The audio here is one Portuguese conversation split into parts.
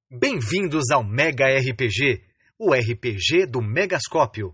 Bem-vindos ao Mega RPG, o RPG do Megascópio.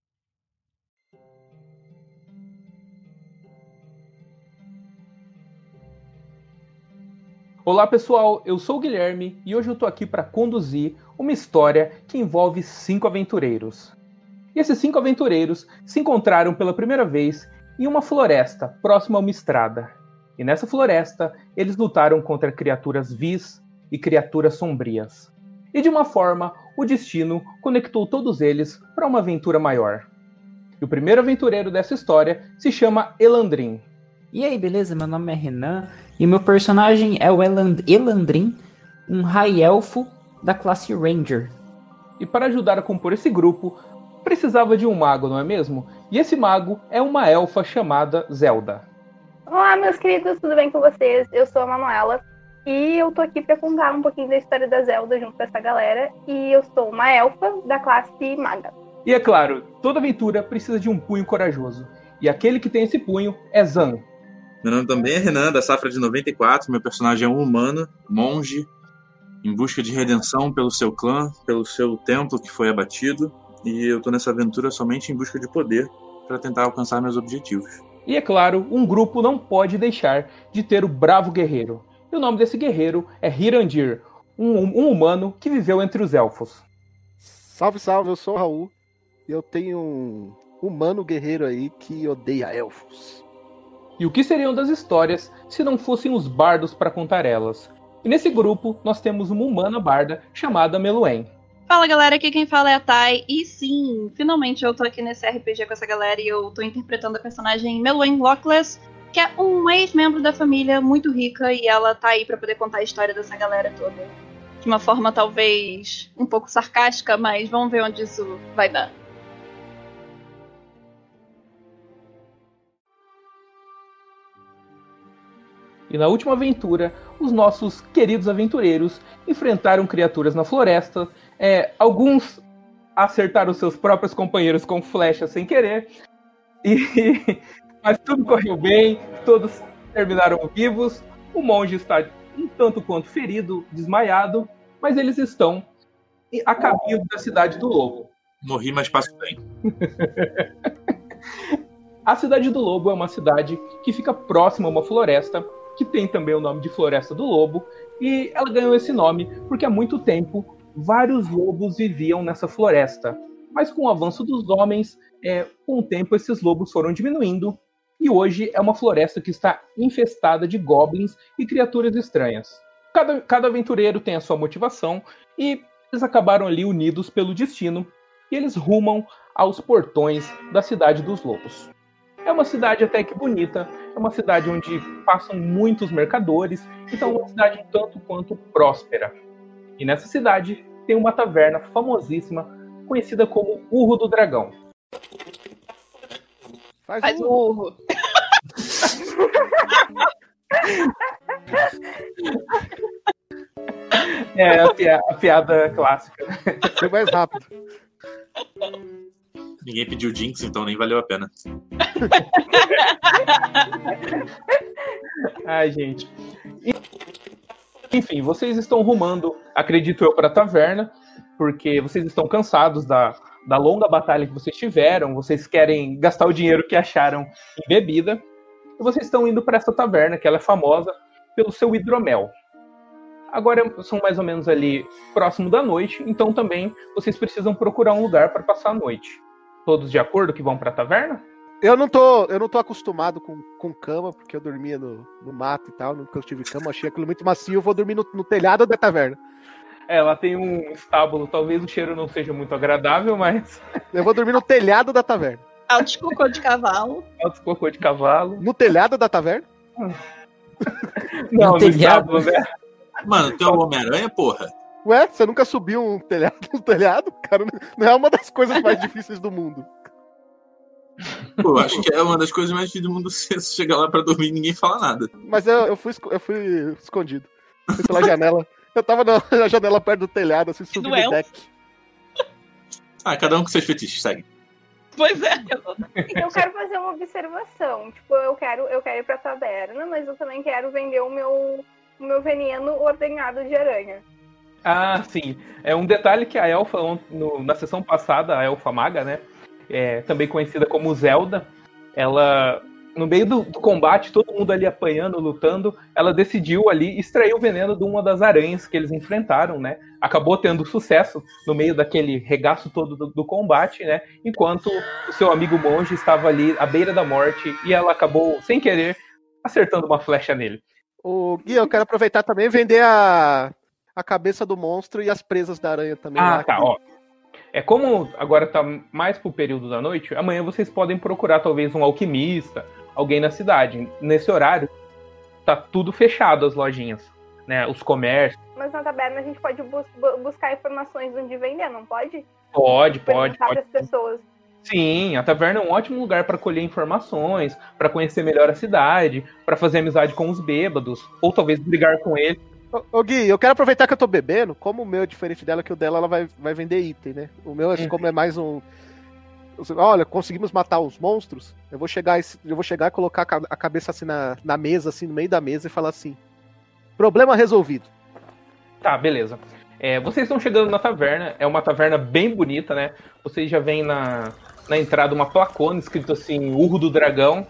Olá pessoal, eu sou o Guilherme e hoje eu tô aqui para conduzir uma história que envolve 5 aventureiros. E esses 5 aventureiros se encontraram pela primeira vez em uma floresta próxima a uma estrada. E nessa floresta eles lutaram contra criaturas vis e criaturas sombrias. E de uma forma, o destino conectou todos eles para uma aventura maior. E o primeiro aventureiro dessa história se chama Elandrin. E aí, beleza? Meu nome é Renan e meu personagem é o Elandrin, um high-elfo da classe Ranger. E para ajudar a compor esse grupo, precisava de um mago, não é mesmo? E esse mago é uma elfa chamada Zelda. Olá, meus queridos, tudo bem com vocês? Eu sou a Manuela e eu tô aqui para contar um pouquinho da história da Zelda junto com essa galera. E eu sou uma elfa da classe maga. E é claro, toda aventura precisa de um punho corajoso. E aquele que tem esse punho é Zan. Meu nome também é Renan, da Safra de 94. Meu personagem é um humano, monge, em busca de redenção pelo seu clã, pelo seu templo que foi abatido. E eu tô nessa aventura somente em busca de poder para tentar alcançar meus objetivos. E é claro, um grupo não pode deixar de ter o bravo guerreiro. E o nome desse guerreiro é Hirandir, um humano que viveu entre os elfos. Salve, salve, eu sou o Raul e eu tenho um humano guerreiro aí que odeia elfos. E o que seriam das histórias se não fossem os bardos para contar elas? E nesse grupo nós temos uma humana barda chamada Meluen. Fala galera, aqui quem fala é a Thay, e sim, finalmente eu tô aqui nesse RPG com essa galera e eu tô interpretando a personagem Meluen Lockless, que é um ex-membro da família muito rica e ela tá aí pra poder contar a história dessa galera toda. De uma forma talvez um pouco sarcástica, mas vamos ver onde isso vai dar. E na última aventura, os nossos queridos aventureiros enfrentaram criaturas na floresta. Alguns acertaram seus próprios companheiros com flechas sem querer. Mas tudo correu bem, todos terminaram vivos. O monge está um tanto quanto ferido, desmaiado, mas eles estão a caminho da cidade do Lobo. Morri, mas passo bem. A cidade do Lobo é uma cidade que fica próxima a uma floresta, que tem também o nome de Floresta do Lobo, e ela ganhou esse nome porque há muito tempo vários lobos viviam nessa floresta. Mas com o avanço dos homens, com o tempo esses lobos foram diminuindo, e hoje é uma floresta que está infestada de goblins e criaturas estranhas. Cada aventureiro tem a sua motivação, e eles acabaram ali unidos pelo destino, e eles rumam aos portões da Cidade dos Lobos. É uma cidade até que bonita, é uma cidade onde passam muitos mercadores, então é uma cidade um tanto quanto próspera. E nessa cidade tem uma taverna famosíssima, conhecida como Urro do Dragão. Faz o urro. A piada clássica. Foi mais rápido. Ninguém pediu Jinx, então nem valeu a pena. Ai, gente. Enfim, vocês estão rumando, acredito eu, para a taverna, porque vocês estão cansados da longa batalha que vocês tiveram, vocês querem gastar o dinheiro que acharam em bebida, e vocês estão indo para essa taverna, que ela é famosa pelo seu hidromel. Agora são mais ou menos ali próximo da noite, então também vocês precisam procurar um lugar para passar a noite. Todos de acordo que vão pra taverna? Eu não tô acostumado com cama, porque eu dormia no mato e tal, nunca eu tive cama, achei aquilo muito macio, eu vou dormir no telhado da taverna. Ela tem um estábulo, talvez o cheiro não seja muito agradável, mas... Eu vou dormir no telhado da taverna. Altos cocô de cavalo. Altos cocô de cavalo. No telhado da taverna? Não, no estábulo, né? Mano, tu é o Homem-Aranha, porra? Ué, você nunca subiu um telhado? Cara, não é uma das coisas mais difíceis do mundo. Pô, acho que é uma das coisas mais difíceis do mundo você chegar lá pra dormir e ninguém fala nada. Mas eu fui escondido. Fui pela janela. Eu tava na janela perto do telhado, assim, subi no deck. Cada um com seus fetiches, segue. Pois é. Eu quero fazer uma observação. Tipo, eu quero ir pra taverna, mas eu também quero vender o meu veneno ordenhado de aranha. Ah, sim. É um detalhe que a Elfa, na sessão passada, a Elfa Maga, né? Também conhecida como Zelda, ela, no meio do combate, todo mundo ali apanhando, lutando, ela decidiu ali extrair o veneno de uma das aranhas que eles enfrentaram, né? Acabou tendo sucesso no meio daquele regaço todo do combate, né? Enquanto o seu amigo monge estava ali à beira da morte e ela acabou, sem querer, acertando uma flecha nele. O Gui, eu quero aproveitar também e vender a cabeça do monstro e as presas da aranha também. Ó. Como agora tá mais pro período da noite, amanhã vocês podem procurar talvez um alquimista, alguém na cidade. Nesse horário, tá tudo fechado as lojinhas, né? Os comércios. Mas na taberna a gente pode buscar informações onde vender, não pode? Pode. Para as pessoas. Sim, a taverna é um ótimo lugar para colher informações, para conhecer melhor a cidade, para fazer amizade com os bêbados, ou talvez brigar com eles. Ô Gui, eu quero aproveitar que eu tô bebendo, como o meu é diferente dela, que o dela ela vai vender item, né? O meu, como é mais um... Olha, conseguimos matar os monstros, eu vou chegar e colocar a cabeça assim na mesa, assim, no meio da mesa e falar assim, problema resolvido. Tá, beleza. Vocês estão chegando na taverna, é uma taverna bem bonita, né? Vocês já veem na entrada uma placona escrito assim, Urro do Dragão.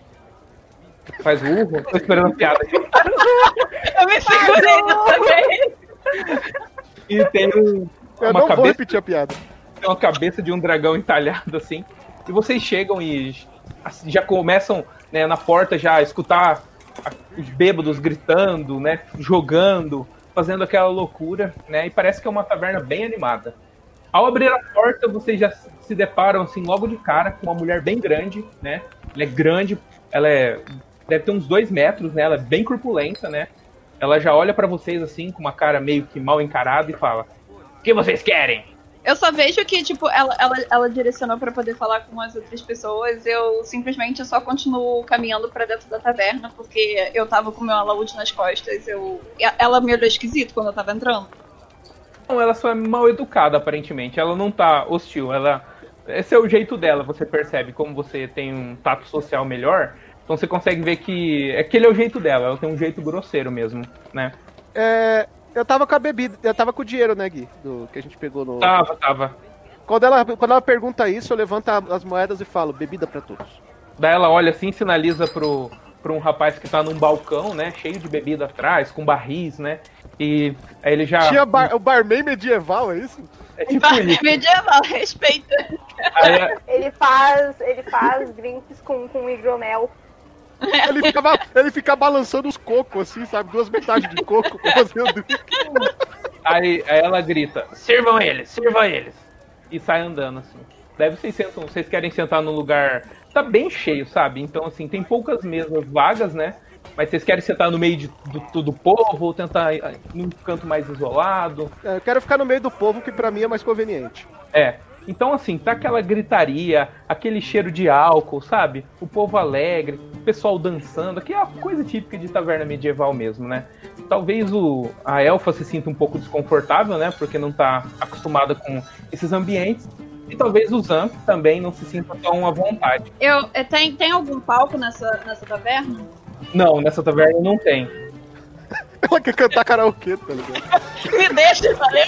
Faz urro? Tô esperando a piada aqui. Eu me segurei nessa vez. E tem eu não vou repetir a piada. Tem uma cabeça de um dragão entalhado assim. E vocês chegam e já começam, né, na porta já a escutar os bêbados gritando, né, jogando, fazendo aquela loucura, né? E parece que é uma taverna bem animada. Ao abrir a porta, vocês já se deparam assim logo de cara com uma mulher bem grande, né? Ela é grande, deve ter uns 2 metros, né? Ela é bem corpulenta, né? Ela já olha pra vocês assim, com uma cara meio que mal encarada e fala: o que vocês querem? Eu só vejo que, tipo, ela direcionou pra poder falar com as outras pessoas. Eu simplesmente só continuo caminhando pra dentro da taverna, porque eu tava com o meu alaúde nas costas. Ela me olhou esquisito quando eu tava entrando. Não, ela só é mal educada, aparentemente. Ela não tá hostil. Esse é o jeito dela, você percebe. Como você tem um tato social melhor, então você consegue ver que aquele é o jeito dela. Ela tem um jeito grosseiro mesmo, né? Eu tava com a bebida, eu tava com o dinheiro, né, Gui? Que a gente pegou no... Tava. Quando ela pergunta isso, eu levanto as moedas e falo, bebida pra todos. Daí ela olha assim, sinaliza pra um rapaz que tá num balcão, né, cheio de bebida atrás, com barris, né, e aí ele já... Tinha o barman medieval, é isso? É tipo isso. Medieval, respeita. Ele faz drinks com hidromel. Ele fica balançando os cocos, assim, sabe? 2 metades de coco pra fazer o drink. Aí ela grita, sirvam eles. E sai andando, assim. Daí vocês querem sentar num lugar... Tá bem cheio, sabe? Então, assim, tem poucas mesas vagas, né? Mas vocês querem sentar no meio do povo ou tentar ir num canto mais isolado? Eu quero ficar no meio do povo, que pra mim é mais conveniente. Então, assim, tá aquela gritaria, aquele cheiro de álcool, sabe? O povo alegre, o pessoal dançando, que é uma coisa típica de taverna medieval mesmo, né? Talvez a elfa se sinta um pouco desconfortável, né? Porque não tá acostumada com esses ambientes. E talvez o Zan também não se sinta tão à vontade. Tem algum palco nessa taverna? Não, nessa taverna não tem. Ela quer cantar karaokê, tá ligado? Me deixa, valeu?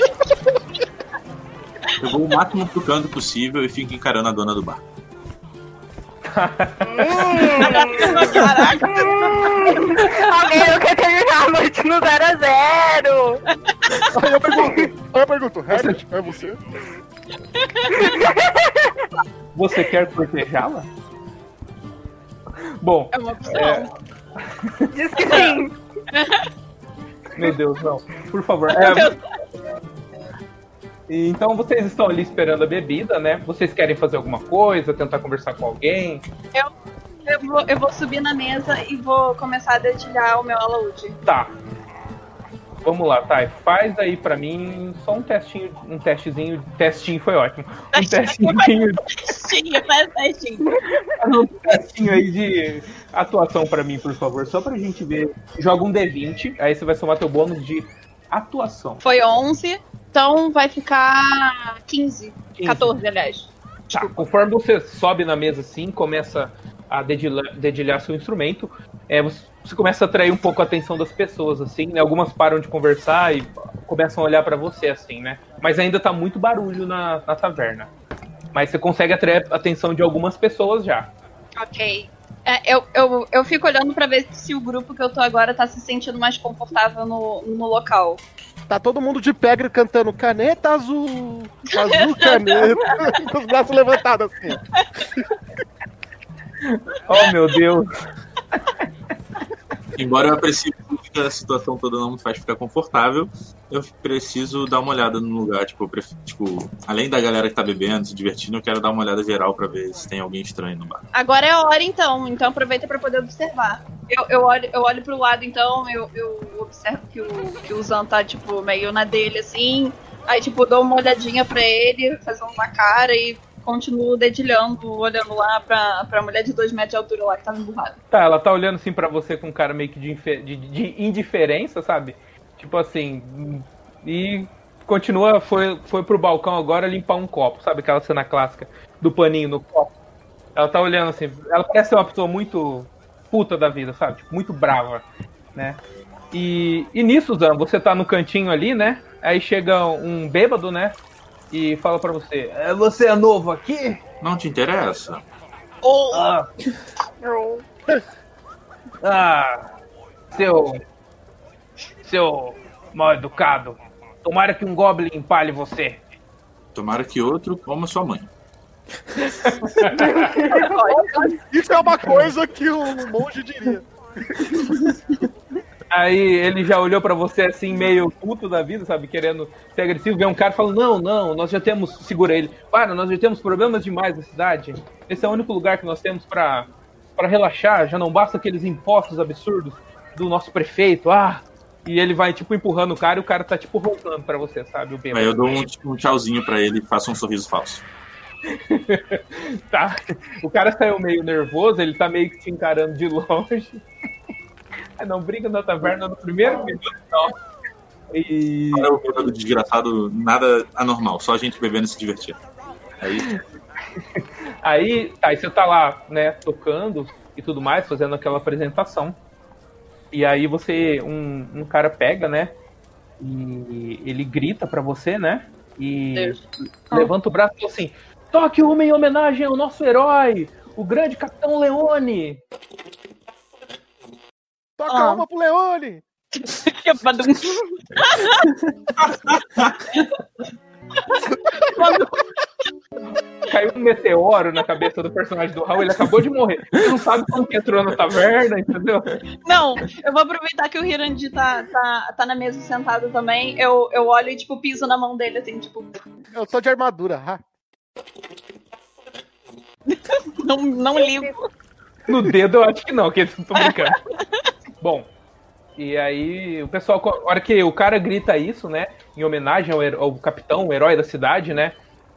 Eu vou o máximo pro canto possível e fico encarando a dona do bar. Caraca! Alguém não quer terminar a noite no 0-0! Aí eu pergunto, Herbert, é você? Você quer cortejá-la? Bom, é uma opção. Diz que sim. Meu Deus, não. Por favor. Então vocês estão ali esperando a bebida, né? Vocês querem fazer alguma coisa, tentar conversar com alguém? Eu vou subir na mesa e vou começar a dedilhar o meu alaúde. Tá. Vamos lá, Thay. Faz aí pra mim só um testezinho. Testinho foi ótimo. Um testinho. Faz testinho. Faz um testinho aí de atuação pra mim, por favor. Só pra gente ver. Joga um D20, aí você vai somar teu bônus de atuação. Foi 11, então vai ficar 15. 14, aliás. Tá, conforme você sobe na mesa assim, começa a dedilhar seu instrumento, você começa a atrair um pouco a atenção das pessoas, assim, né? Algumas param de conversar e começam a olhar pra você, assim, né? Mas ainda tá muito barulho na taverna. Mas você consegue atrair a atenção de algumas pessoas já. Ok. Eu fico olhando pra ver se o grupo que eu tô agora tá se sentindo mais confortável no local. Tá todo mundo de pé cantando caneta azul, azul caneta, com os braços levantados assim. Oh, meu Deus. Embora eu aprecie que a situação toda não me faz ficar confortável, eu preciso dar uma olhada no lugar. Tipo, além da galera que tá bebendo, se divertindo, eu quero dar uma olhada geral pra ver se tem alguém estranho no bar. Agora é a hora, então aproveita pra poder observar. Eu olho pro lado, então, eu observo que o Zan tá, tipo, meio na dele, assim. Aí, tipo, dou uma olhadinha pra ele, fazendo uma cara e continuo dedilhando, olhando lá pra mulher de 2 metros de altura lá que tava emburrada. Tá, ela tá olhando assim pra você com um cara meio que de indiferença, sabe? Tipo assim, e continua, foi pro balcão agora limpar um copo, sabe? Aquela cena clássica do paninho no copo. Ela tá olhando assim, ela parece ser uma pessoa muito puta da vida, sabe? Tipo, muito brava, né? E nisso, Zan, você tá no cantinho ali, né? Aí chega um bêbado, né? E fala pra você, você é novo aqui? Não te interessa? Seu mal educado. Tomara que um goblin empalhe você. Tomara que outro coma sua mãe. Isso é uma coisa que um monge diria. Aí ele já olhou pra você assim, meio puto da vida, sabe? Querendo ser agressivo. Vê um cara falando, não, nós já temos... Segura ele. Nós já temos problemas demais na cidade. Esse é o único lugar que nós temos pra relaxar. Já não basta aqueles impostos absurdos do nosso prefeito. E ele vai, tipo, empurrando o cara e o cara tá, tipo, voltando pra você, sabe? Aí eu dou um tchauzinho pra ele e faço um sorriso falso. Tá. O cara saiu meio nervoso, ele tá meio que te encarando de longe. Não briga na taverna no primeiro minuto, não. E... O bêbado desgraçado, nada anormal, só a gente bebendo e se divertindo. Aí você tá lá, né, tocando e tudo mais, fazendo aquela apresentação. E aí um cara pega, né, e ele grita pra você, né, e levanta o braço e fala assim, toque uma em homenagem ao nosso herói, o grande Capitão Leone. Toca uma pro Leone! Quando caiu um meteoro na cabeça do personagem do Raul, ele acabou de morrer. Você não sabe como que entrou na taverna, entendeu? Não, eu vou aproveitar que o Hirandi tá na mesa sentado também. Eu olho e, tipo, piso na mão dele, assim, tipo... Eu tô de armadura, Não ligo. No dedo eu acho que não, que eles não estão brincando. Bom, e aí o pessoal, a hora que o cara grita isso, né, em homenagem ao capitão, o herói da cidade, né,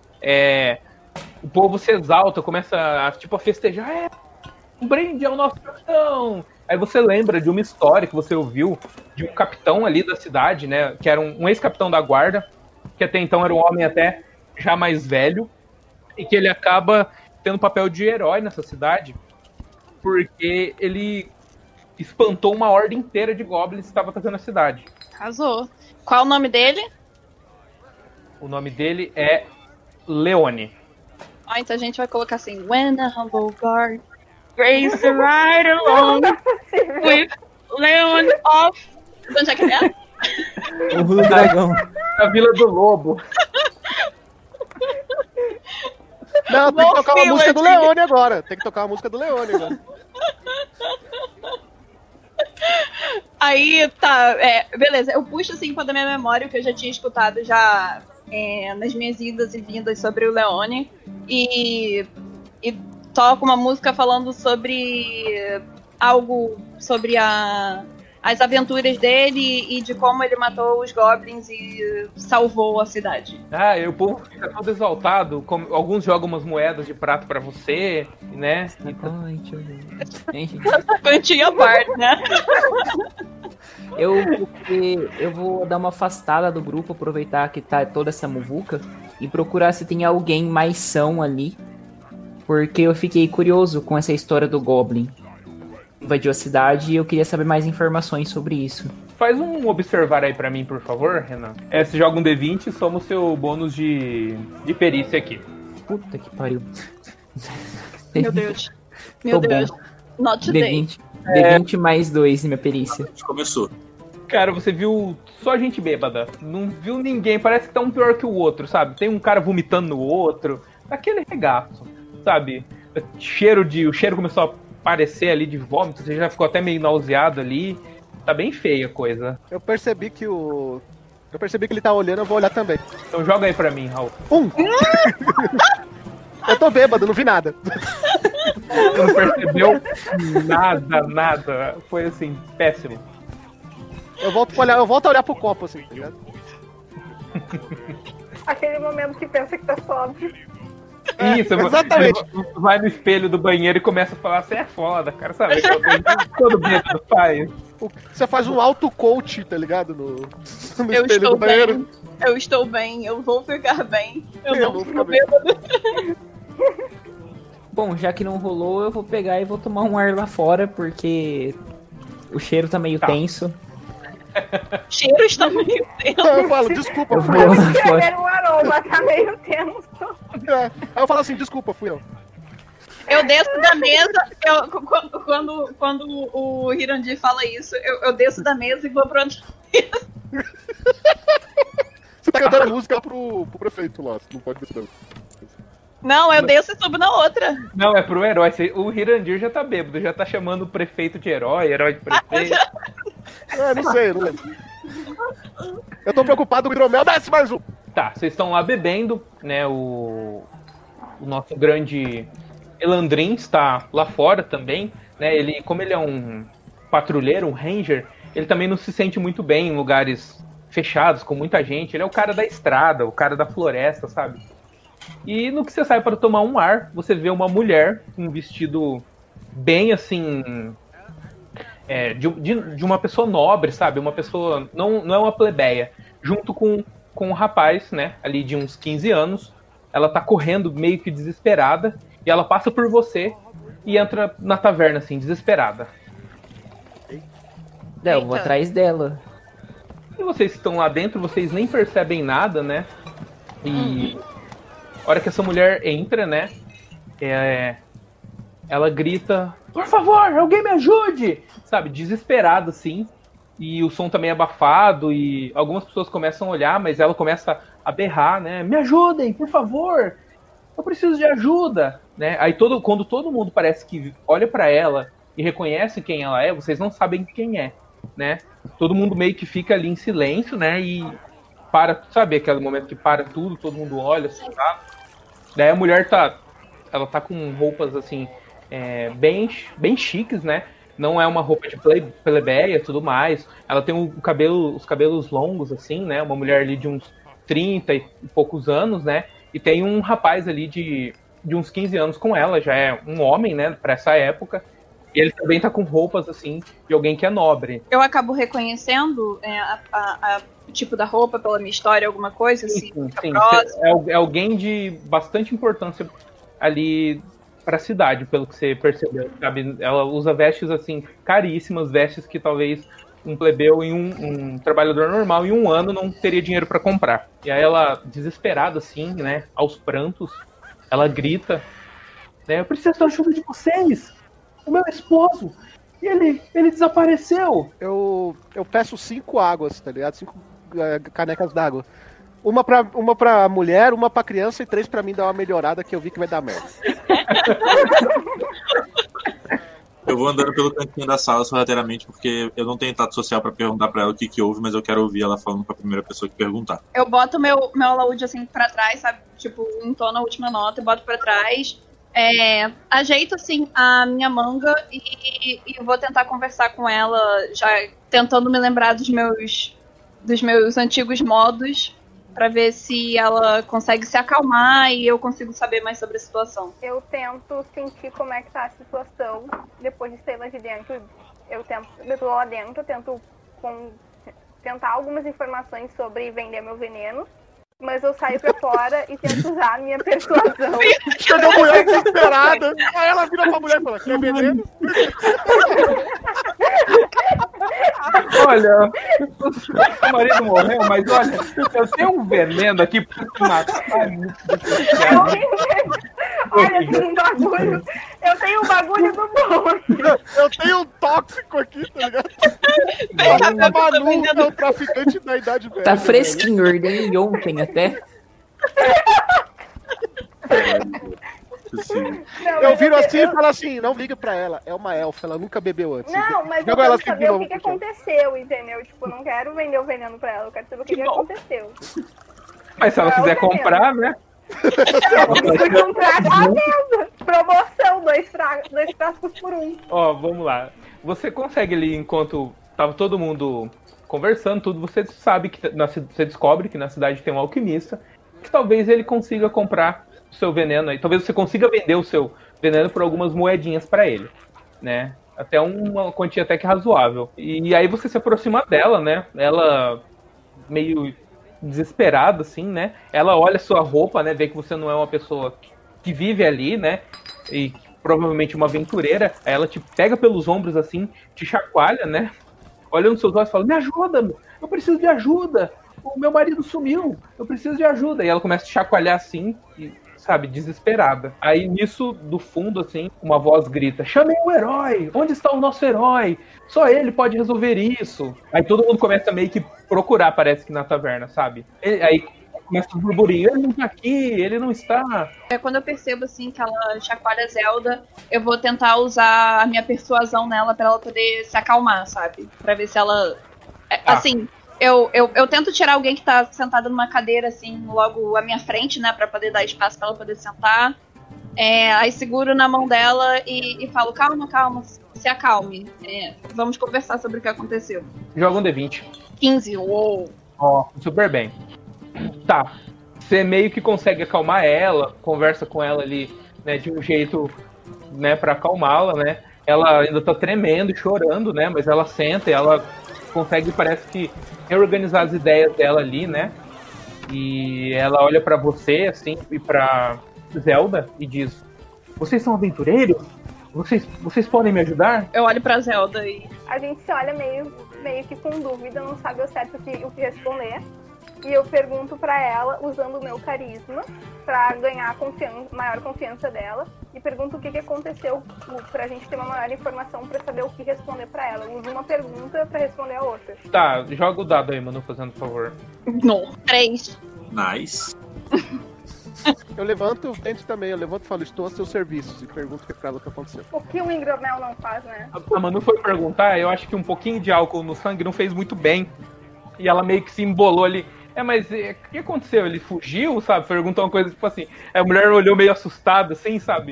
o povo se exalta, começa a festejar, um brinde ao nosso capitão. Aí você lembra de uma história que você ouviu de um capitão ali da cidade, né, que era um ex-capitão da guarda, que até então era um homem até já mais velho, e que ele acaba tendo papel de herói nessa cidade, porque ele espantou uma horda inteira de goblins que estava atacando a cidade. Arrasou. Qual é o nome dele? O nome dele é Leone. Então a gente vai colocar assim, when a humble guard grace the ride along with Leone of... Onde é que é? O Rolo Dragão. A Vila do Lobo. Não, tem que tocar uma música do Leone agora. Tem que tocar uma música do Leone agora. Aí, tá, beleza. Eu puxo assim da minha memória o que eu já tinha escutado já nas minhas idas e vindas sobre o Leone. E toco uma música falando sobre algo sobre as aventuras dele e de como ele matou os goblins e salvou a cidade. E o povo fica todo exaltado. Alguns jogam umas moedas de prata pra você, né? Quantinha à parte, né? Eu vou dar uma afastada do grupo, aproveitar que tá toda essa muvuca e procurar se tem alguém mais são ali, porque eu fiquei curioso com essa história do Goblin. invadiu a cidade e eu queria saber mais informações sobre isso. Faz um observar aí pra mim, por favor, Renan. Você joga um D20 e soma o seu bônus de perícia aqui. Puta que pariu. Meu Deus. Meu Tô Deus. bom. Not today. D20 mais 2 minha perícia. A gente começou. Cara, você viu só gente bêbada. Não viu ninguém. Parece que tá um pior que o outro, sabe? Tem um cara vomitando no outro. Aquele regaço, sabe? O cheiro começou a aparecer ali de vômito. Você já ficou até meio nauseado ali. Tá bem feia a coisa. Eu percebi que ele tá olhando, eu vou olhar também. Então joga aí pra mim, Raul. Eu tô bêbado, não vi nada. Você não percebeu nada. Foi assim, péssimo. Eu volto a olhar pro copo, assim, tá ligado? Aquele momento que pensa que tá sóbrio. Isso, exatamente. Você vai no espelho do banheiro e começa a falar, você é foda, cara, sabe? Todo bêbado faz. Você faz um auto-coach, tá ligado? No Eu espelho estou do banheiro. bem. Eu estou bem. Eu vou ficar bem. Eu Eu não vou fico ficar bem. bêbado. Bom, já que não rolou, eu vou pegar e vou tomar um ar lá fora, porque o cheiro tá meio tenso. O cheiro está meio tenso. Então eu falo, desculpa, Eu fui vou eu. lá fora. Escrever um aroma, tá meio tenso. Aí eu falo assim, desculpa, fui eu. Eu desço da mesa, quando o Hirandi fala isso, eu desço da mesa e vou pra onde... Você tá cantando música pro prefeito lá, não pode descer. Não, eu desço e subo na outra. Não, é pro herói. O Hirandir já tá bêbado, já tá chamando o prefeito de herói de prefeito. Não sei, não lembro. Eu tô preocupado com o hidromel, desce mais um! Tá, vocês estão lá bebendo, né? O nosso grande Elandrin está lá fora também, né? Como ele é um patrulheiro, um ranger, ele também não se sente muito bem em lugares fechados, com muita gente. Ele é o cara da estrada, o cara da floresta, sabe? E no que você sai para tomar um ar, você vê uma mulher com um vestido bem assim... de uma pessoa nobre, sabe? Uma pessoa... Não é uma plebeia. Junto com um rapaz, né? Ali de uns 15 anos. Ela tá correndo meio que desesperada. E ela passa por você e entra na taverna, assim, desesperada. Eu vou atrás dela. E vocês que estão lá dentro, vocês nem percebem nada, né? E... A hora que essa mulher entra, né? Ela grita: por favor, alguém me ajude! Sabe, desesperada, assim. E o som também é abafado. E algumas pessoas começam a olhar, mas ela começa a berrar, né? Me ajudem, por favor! Eu preciso de ajuda! Né? Aí quando todo mundo parece que olha pra ela e reconhece quem ela é, vocês não sabem quem é, né? Todo mundo meio que fica ali em silêncio, né? E para, sabe aquele momento que para tudo, todo mundo olha, assim, tá? Daí a mulher ela tá com roupas, assim, bem chiques, né? Não é uma roupa de plebeia e tudo mais. Ela tem os cabelos longos, assim, né? Uma mulher ali de uns 30 e poucos anos, né? E tem um rapaz ali de uns 15 anos com ela, já é um homem, né? Pra essa época. E ele também tá com roupas, assim, de alguém que é nobre. Eu acabo reconhecendo o tipo da roupa pela minha história, alguma coisa, assim. Sim. É alguém de bastante importância ali pra cidade, pelo que você percebeu, sabe? Ela usa vestes, assim, caríssimas, vestes que talvez um plebeu e um trabalhador normal em um ano não teria dinheiro pra comprar. E aí ela, desesperada, assim, né, aos prantos, ela grita, né, eu preciso da ajuda de vocês! O meu esposo, ele desapareceu. Eu peço 5 águas, tá ligado? 5 canecas d'água. Uma pra mulher, uma pra criança e 3 pra mim dar uma melhorada que eu vi que vai dar merda. Eu vou andando pelo cantinho da sala sorrateiramente porque eu não tenho tato social pra perguntar pra ela o que houve, mas eu quero ouvir ela falando com a primeira pessoa que perguntar. Eu boto meu alaúde assim pra trás, sabe? Tipo, entono a última nota e boto pra trás. Ajeito assim a minha manga e vou tentar conversar com ela, já tentando me lembrar dos meus antigos modos, pra ver se ela consegue se acalmar e eu consigo saber mais sobre a situação. Eu tento sentir como é que tá a situação depois de sair lá de dentro. Eu tô lá dentro, tento tentar algumas informações sobre vender meu veneno. mas eu saio pra fora e tento usar a minha persuasão. Chega a mulher desesperada. Aí ela vira pra mulher e fala, quer veneno? Olha, o marido morreu, mas olha, eu tenho um veneno aqui pra te matar. Olha, eu tenho um bagulho. Eu tenho um bagulho do bom aqui. Eu tenho um tóxico aqui, tá ligado? Vem cá, A Manu é um traficante da idade velha. Tá fresquinho, ordenei ontem até. Não, Eu mas viro assim e falo assim, não liga pra ela, é uma elfa, ela nunca bebeu antes. Não, mas eu Joga ela quero saber assim o de que novo, aconteceu, entendeu? Tipo, eu não quero vender o veneno pra ela, eu quero saber o que aconteceu. Mas se ela quiser comprar, né? Fui comprar, tá vendo? Promoção, 2 frascos por 1. Ó, vamos lá. Você consegue ali, enquanto tava todo mundo conversando, tudo, você sabe que você descobre que na cidade tem um alquimista, que talvez ele consiga comprar o seu veneno aí. Talvez você consiga vender o seu veneno por algumas moedinhas pra ele, né? Até uma quantia até que razoável. E aí você se aproxima dela, né? Ela meio desesperada, assim, né? Ela olha a sua roupa, né? Vê que você não é uma pessoa que vive ali, né? E provavelmente uma aventureira. Aí ela te pega pelos ombros, assim, te chacoalha, né? Olha nos seus olhos e fala, me ajuda, eu preciso de ajuda. O meu marido sumiu, eu preciso de ajuda. E ela começa a te chacoalhar assim, e, sabe, desesperada. Aí nisso, do fundo, assim, uma voz grita, chamei o herói, onde está o nosso herói? Só ele pode resolver isso. Aí todo mundo começa meio que procurar, parece que na taverna, sabe? Aí começa o burburinho, ele não tá aqui, ele não está. Quando eu percebo, assim, que ela chacoalha a Zelda, eu vou tentar usar a minha persuasão nela pra ela poder se acalmar, sabe? Pra ver se ela... Assim, eu tento tirar alguém que tá sentado numa cadeira, assim, logo à minha frente, né? Pra poder dar espaço pra ela poder sentar. Aí seguro na mão dela e falo, calma, se acalme. Vamos conversar sobre o que aconteceu. Joga um D20. 15, uou. Ó, super bem. Tá. Você meio que consegue acalmar ela, conversa com ela ali, né, de um jeito, né, pra acalmá-la, né? Ela ainda tá tremendo e chorando, né? Mas ela senta e ela consegue, parece que, reorganizar as ideias dela ali, né? E ela olha pra você, assim, e pra Zelda e diz, vocês são aventureiros? Vocês podem me ajudar? Eu olho pra Zelda e... A gente se olha meio que com dúvida, não sabe ao certo o que responder. E eu pergunto pra ela, usando o meu carisma, pra ganhar maior confiança dela. E pergunto o que aconteceu, pra gente ter uma maior informação pra saber o que responder pra ela. Eu uso uma pergunta pra responder a outra. Tá, joga o dado aí, Manu, fazendo favor. Não. 3. Nice. Eu levanto, tento também, eu levanto e falo, estou a seus serviços, e pergunto pra ela o que aconteceu. O que o hidromel não faz, né? A Manu foi perguntar, eu acho que um pouquinho de álcool no sangue não fez muito bem. E ela meio que se embolou ali. Mas o que aconteceu? Ele fugiu, sabe? Perguntou uma coisa tipo assim. A mulher olhou meio assustada, assim, sabe?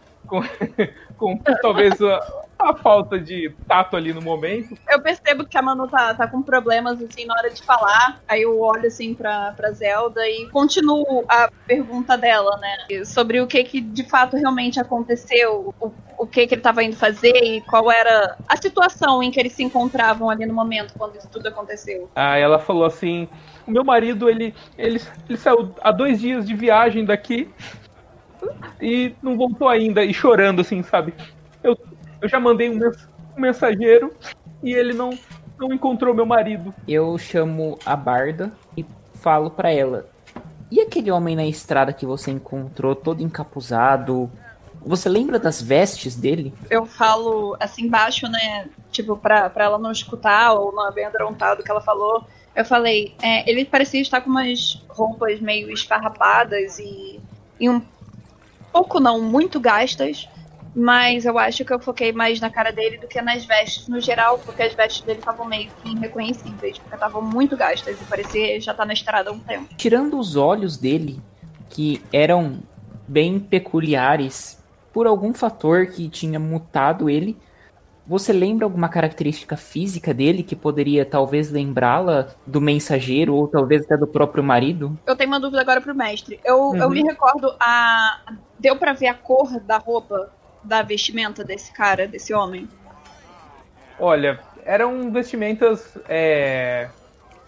Com talvez a falta de tato ali no momento. Eu percebo que a Manu tá com problemas, assim, na hora de falar. Aí eu olho, assim, pra Zelda e continuo a pergunta dela, né? Sobre o que de fato realmente aconteceu, o que ele tava indo fazer e qual era a situação em que eles se encontravam ali no momento, quando isso tudo aconteceu. Aí ela falou assim, o meu marido, ele saiu há 2 dias de viagem daqui e não voltou ainda, e chorando, assim, sabe? Eu já mandei um mensageiro e ele não encontrou meu marido. Eu chamo a Barda e falo pra ela, e aquele homem na estrada que você encontrou, todo encapuzado, você lembra das vestes dele? Eu falo assim baixo, né? Tipo, pra ela não escutar ou não bem amedrontar do que ela falou. Eu falei, ele parecia estar com umas roupas meio esfarrapadas e um pouco não, muito gastas, mas eu acho que eu foquei mais na cara dele do que nas vestes no geral, porque as vestes dele estavam meio que irreconhecíveis, porque estavam muito gastas e parecia já estar na estrada há um tempo. Tirando os olhos dele, que eram bem peculiares, por algum fator que tinha mutado ele, você lembra alguma característica física dele que poderia talvez lembrá-la do mensageiro ou talvez até do próprio marido? Eu tenho uma dúvida agora pro mestre. Eu me recordo, deu pra ver a cor da roupa, da vestimenta desse cara, desse homem? Olha, eram vestimentas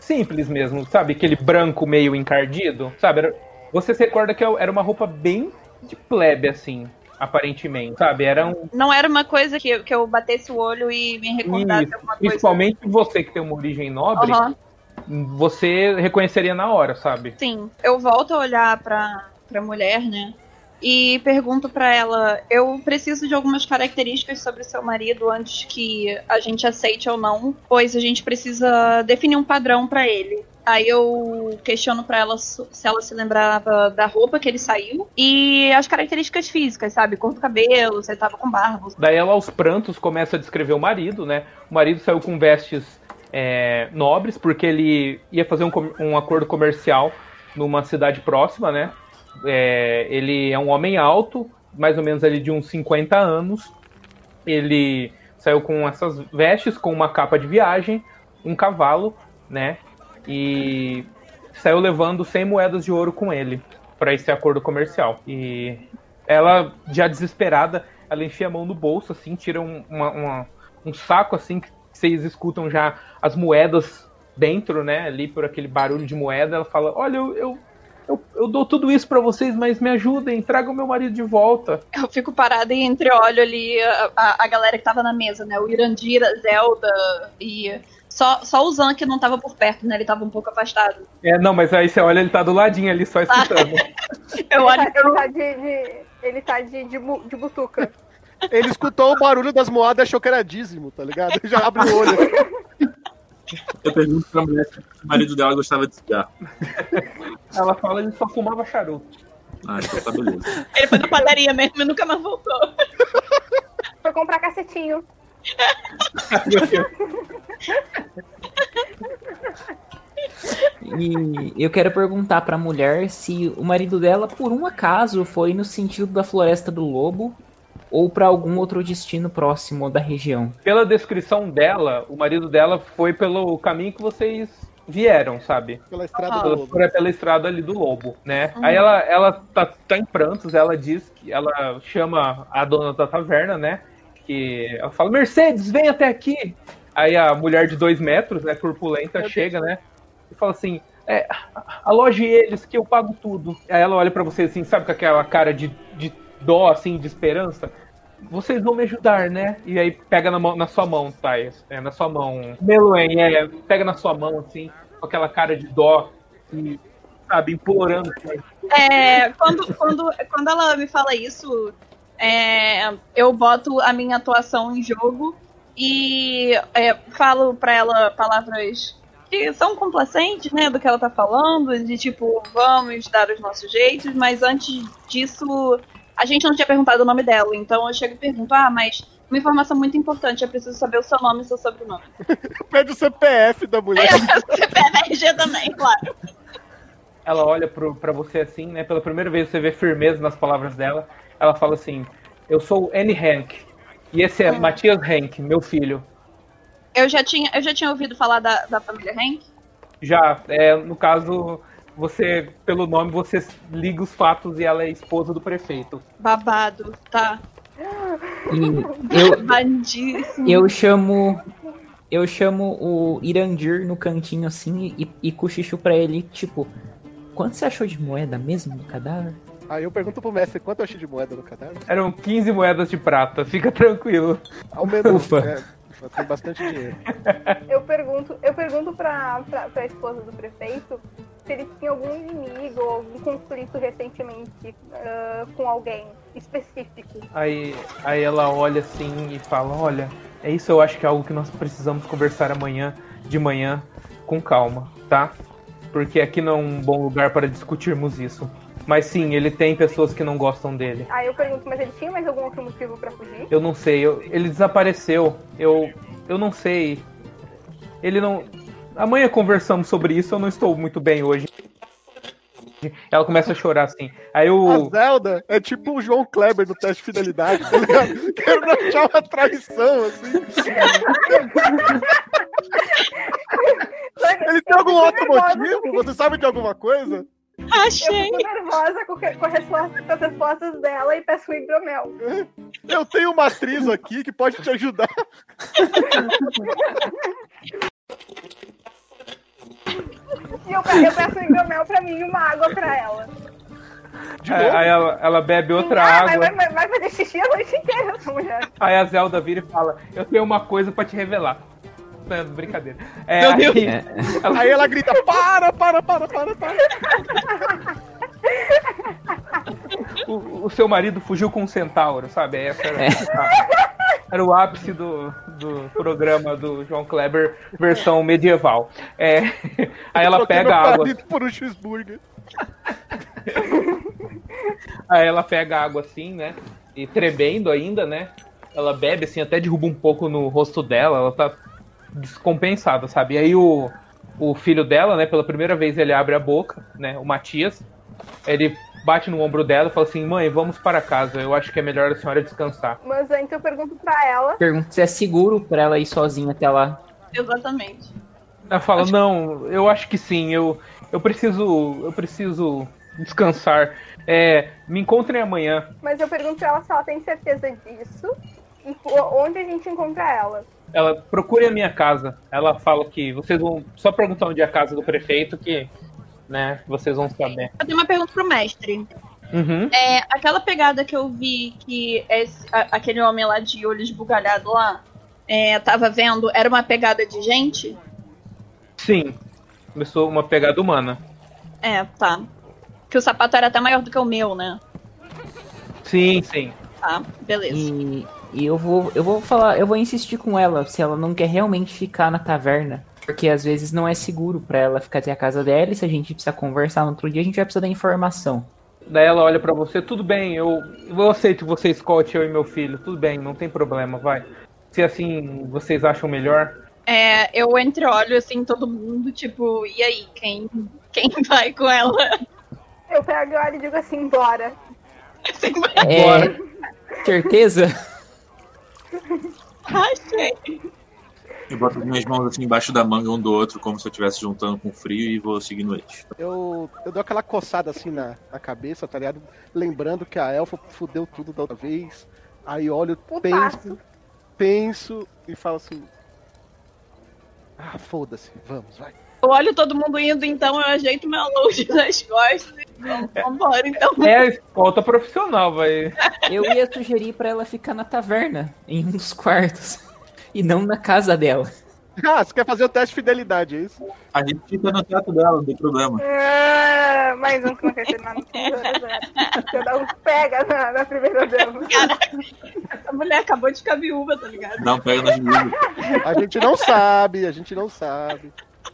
simples mesmo, sabe? Aquele branco meio encardido, sabe? Você se recorda que era uma roupa bem de plebe, assim, aparentemente, sabe? Não era uma coisa que eu batesse o olho e me recordasse alguma coisa. Principalmente você que tem uma origem nobre, você reconheceria na hora, sabe? Sim, eu volto a olhar pra mulher, né? E pergunto pra ela, eu preciso de algumas características sobre o seu marido antes que a gente aceite ou não, pois a gente precisa definir um padrão pra ele. Aí eu questiono pra ela se ela se lembrava da roupa que ele saiu e as características físicas, sabe? Cor do cabelo, se ele tava com barba. Daí ela aos prantos começa a descrever o marido, né? O marido saiu com vestes nobres, porque ele ia fazer um acordo comercial numa cidade próxima, né? Ele é um homem alto, mais ou menos ali de uns 50 anos. Ele saiu com essas vestes, com uma capa de viagem, um cavalo, né? E saiu levando 100 moedas de ouro com ele para esse acordo comercial. E ela, já desesperada, ela enfia a mão no bolso, assim, tira um saco, assim, que vocês escutam já as moedas dentro, né? Ali por aquele barulho de moeda. Ela fala, olha, eu dou tudo isso pra vocês, mas me ajudem, tragam meu marido de volta. Eu fico parada e entreolho ali a galera que tava na mesa, né? O Irandir, a Zelda e... Só o Zan que não tava por perto, né? Ele tava um pouco afastado. Não, mas aí você olha, ele tá do ladinho ali, só escutando. Eu olho Ele tá de butuca. Ele escutou o barulho das moadas e achou que era dízimo, tá ligado? Ele já abre o olho. Eu pergunto pra mulher se o marido dela gostava de cigarro. Ela fala que ele só fumava charuto. Então tá beleza. Ele foi na padaria mesmo e nunca mais voltou. Foi comprar cacetinho. E eu quero perguntar pra mulher se o marido dela, por um acaso, foi no sentido da Floresta do Lobo ou pra algum outro destino próximo da região. Pela descrição dela, o marido dela foi pelo caminho que vocês vieram, sabe? Pela estrada do Lobo. Pela estrada ali do Lobo, né? Aí ela tá em prantos, ela diz que ela chama a dona da taverna, né? Que ela fala, Mercedes, vem até aqui. Aí a mulher de 2 metros, né, corpulenta, chega, né? E fala assim, aloje eles que eu pago tudo. Aí ela olha pra você assim, sabe, com aquela cara de dó, assim, de esperança. Vocês vão me ajudar, né? E aí pega na sua mão, Thais. Na sua mão. Meloen, pega na sua mão, assim, com aquela cara de dó. E, sabe, implorando. Quando ela me fala isso, eu boto a minha atuação em jogo e falo pra ela palavras que são complacentes, né, do que ela tá falando, de tipo, vamos dar os nossos jeitos, mas antes disso, a gente não tinha perguntado o nome dela, então eu chego e pergunto, mas uma informação muito importante, eu preciso saber o seu nome e seu sobrenome. Pede o CPF da mulher. O CPF RG também, claro. Ela olha pra você assim, né, pela primeira vez você vê firmeza nas palavras dela, ela fala assim, eu sou Anne Hank, e esse é Matias Hank, meu filho. Eu já tinha ouvido falar da família Hank? Já, no caso, você, pelo nome, você liga os fatos e ela é esposa do prefeito. Babado, tá. E eu chamo o Irandir no cantinho assim e cochicho pra ele, tipo, quanto você achou de moeda mesmo no cadáver? Aí eu pergunto pro mestre, quanto eu achei de moeda no cadáver? Eram 15 moedas de prata, fica tranquilo. Ao menos, tem bastante dinheiro. Eu pergunto pra esposa do prefeito se ele tinha algum inimigo ou algum conflito recentemente com alguém específico. Aí ela olha assim e fala, olha, isso eu acho que é algo que nós precisamos conversar de manhã com calma, tá? Porque aqui não é um bom lugar para discutirmos isso. Mas sim, ele tem pessoas que não gostam dele. Aí eu pergunto, mas ele tinha mais algum outro motivo pra fugir? Eu não sei, ele desapareceu. Eu não sei. Ele não... Amanhã conversamos sobre isso, eu não estou muito bem hoje. Ela começa a chorar assim. Aí A Zelda é tipo o João Kleber no teste de fidelidade, tá ligado? Quero achar uma traição, assim. Ele tem algum outro motivo? Você sabe de alguma coisa? Achei. Eu fico nervosa com as respostas dela e peço o hidromel. Eu tenho uma atriz aqui que pode te ajudar. E eu peço um hidromel pra mim e uma água pra ela. Aí ela bebe outra água. Vai fazer xixi a noite inteira, essa mulher. Aí a Zelda vira e fala, eu tenho uma coisa pra te revelar. Não, brincadeira. Meu Deus. Aí ela grita, para. O seu marido fugiu com um centauro, sabe? Essa era o ápice do programa do João Kleber, versão medieval. Aí ela pega a água. Por um cheeseburger. Aí ela pega a água assim, né? E tremendo ainda, né? Ela bebe assim, até derruba um pouco no rosto dela. Ela tá descompensada, sabe? E aí o filho dela, né? Pela primeira vez ele abre a boca, né? O Matias. Ele bate no ombro dela e fala assim, mãe, vamos para casa. Eu acho que é melhor a senhora descansar. Mas antes eu pergunto pra ela. Pergunta se é seguro pra ela ir sozinha até lá. Exatamente. Ela fala, não, eu acho que sim. Eu preciso descansar. Me encontrem amanhã. Mas eu pergunto pra ela se ela tem certeza disso e onde a gente encontra ela. Ela procure a minha casa. Ela fala que vocês vão só perguntar onde é a casa do prefeito que, né, vocês vão saber. Eu tenho uma pergunta pro mestre. Uhum. Aquela pegada que eu vi que aquele homem lá de olho esbugalhado lá tava vendo, era uma pegada de gente? Sim. Começou uma pegada humana. Tá. Que o sapato era até maior do que o meu, né? Sim. Tá, beleza. E eu vou insistir com ela se ela não quer realmente ficar na taverna. Porque às vezes não é seguro pra ela ficar até a casa dela e se a gente precisa conversar no outro dia, a gente vai precisar da informação. Daí ela olha pra você, tudo bem, eu aceito você escote eu e meu filho, tudo bem, não tem problema, vai. Se assim vocês acham melhor. Eu entreolho assim, todo mundo, tipo, e aí, quem vai com ela? Eu pego e olho e digo assim, bora. Bora. Certeza? Achei. Eu boto as minhas mãos assim embaixo da manga um do outro, como se eu estivesse juntando com frio e vou seguindo eles. Eu dou aquela coçada assim na cabeça, tá ligado? Lembrando que a elfa fudeu tudo da outra vez. Aí olho, penso e falo assim... foda-se, vamos, vai. Eu olho todo mundo indo, então eu ajeito meu load nas costas e vambora, então. A escolta profissional, vai. Eu ia sugerir pra ela ficar na taverna, em um dos quartos. E não na casa dela. Você quer fazer o teste de fidelidade, é isso? A gente fica no teto dela, não tem problema. Mais um que não quer ser nada. Você dá um pega na primeira dama. Caraca, essa mulher acabou de ficar viúva, tá ligado? Dá um pega nas meninas. A gente não sabe.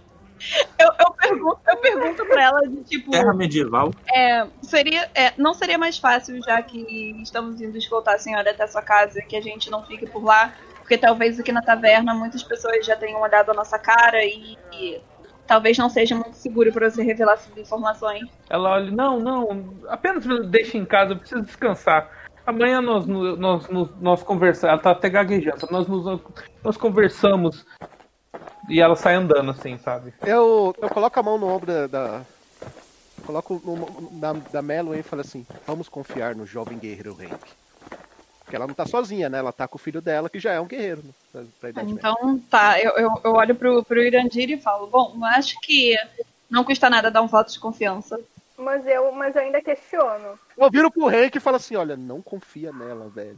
Eu pergunto pra ela de tipo. Terra medieval. Não seria mais fácil, já que estamos indo escoltar a senhora até sua casa, que a gente não fique por lá? Porque talvez aqui na taverna muitas pessoas já tenham olhado a nossa cara e talvez não seja muito seguro para você revelar essas informações. Ela olha, não, apenas deixe em casa, eu preciso descansar. Amanhã nós conversamos, ela tá até gaguejando, nós conversamos e ela sai andando assim, sabe? Eu coloco a mão no ombro coloco da Melo e falo assim, vamos confiar no jovem guerreiro Hank. Porque ela não tá sozinha, né? Ela tá com o filho dela, que já é um guerreiro. Né? Então, tá. Eu olho pro Irandir e falo, bom, eu acho que não custa nada dar um voto de confiança. Mas eu ainda questiono. Eu viro pro Hank e falo assim, olha, não confia nela, velho.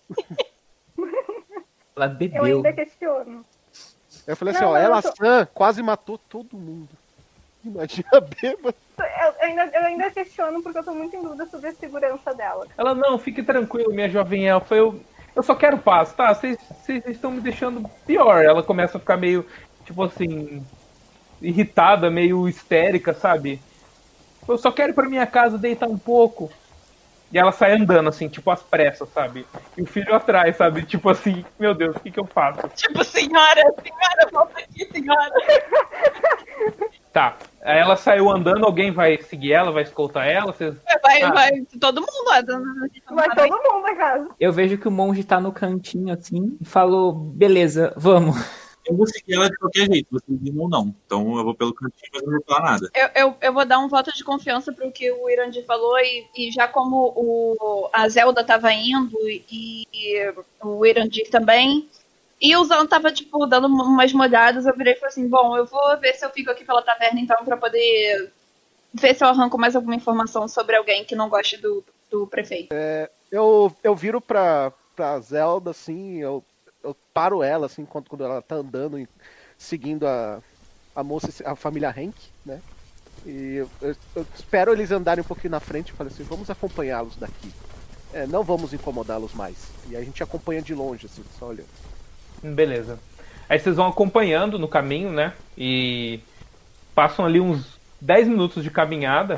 Ela bebeu. Eu ainda questiono. Eu falei assim, ela quase matou todo mundo. Imagina bêbada. Eu ainda questiono porque eu tô muito em dúvida sobre a segurança dela. Ela, não, fique tranquilo, minha jovem elfa, eu só quero paz, tá? Vocês estão me deixando pior. Ela começa a ficar meio, tipo assim, irritada, meio histérica, sabe? Eu só quero ir pra minha casa deitar um pouco. E ela sai andando, assim, tipo, às pressas, sabe? E o filho atrás, sabe? Tipo assim, meu Deus, o que eu faço? Tipo, senhora, volta aqui, senhora. Tá, aí ela saiu andando, alguém vai seguir ela, vai escoltar ela? Vocês... Vai todo mundo lá. Vai todo mundo na casa. Eu vejo que o monge tá no cantinho, assim, e falou, beleza, vamos. Eu vou seguir ela de qualquer jeito, vocês viram ou não. Então eu vou pelo cantinho, mas não vou falar nada. Eu vou dar um voto de confiança pro que o Irandir falou, e já como a Zelda tava indo, e o Irandir também, E o Zan tava, tipo, dando umas molhadas. Eu virei e falei assim, bom, eu vou ver se eu fico aqui pela taverna, então, pra poder ver se eu arranco mais alguma informação sobre alguém que não goste do prefeito. Eu viro pra Zelda, assim, eu paro ela, assim, quando ela tá andando e seguindo a moça, a família Henk, né? E eu espero eles andarem um pouquinho na frente e falo assim, vamos acompanhá-los daqui. Não vamos incomodá-los mais. E aí a gente acompanha de longe, assim, só olhando. Beleza. Aí vocês vão acompanhando no caminho, né? E passam ali uns 10 minutos de caminhada.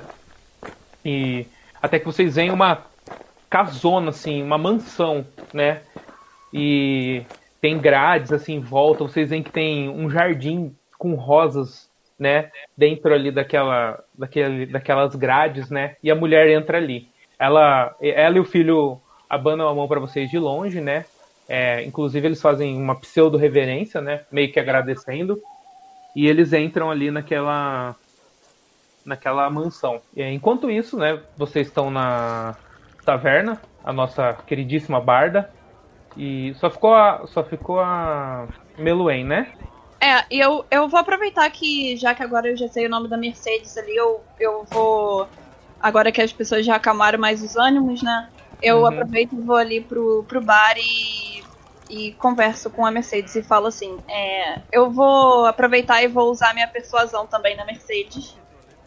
E até que vocês veem uma casona, assim, uma mansão, né? E tem grades, assim, em volta. Vocês veem que tem um jardim com rosas, né? Dentro ali daquelas grades, né? E a mulher entra ali. Ela e o filho abanam a mão para vocês de longe, né? Inclusive eles fazem uma pseudo-reverência, né? Meio que agradecendo. E eles entram ali naquela mansão. E, enquanto isso, né? Vocês estão na taverna, a nossa queridíssima Barda. E só ficou a Meluene, né? E eu vou aproveitar que, já que agora eu já sei o nome da Mercedes ali, eu vou... Agora que as pessoas já acalmaram mais os ânimos, né? Eu aproveito e vou ali pro bar e converso com a Mercedes e falo assim, eu vou aproveitar e vou usar minha persuasão também na Mercedes.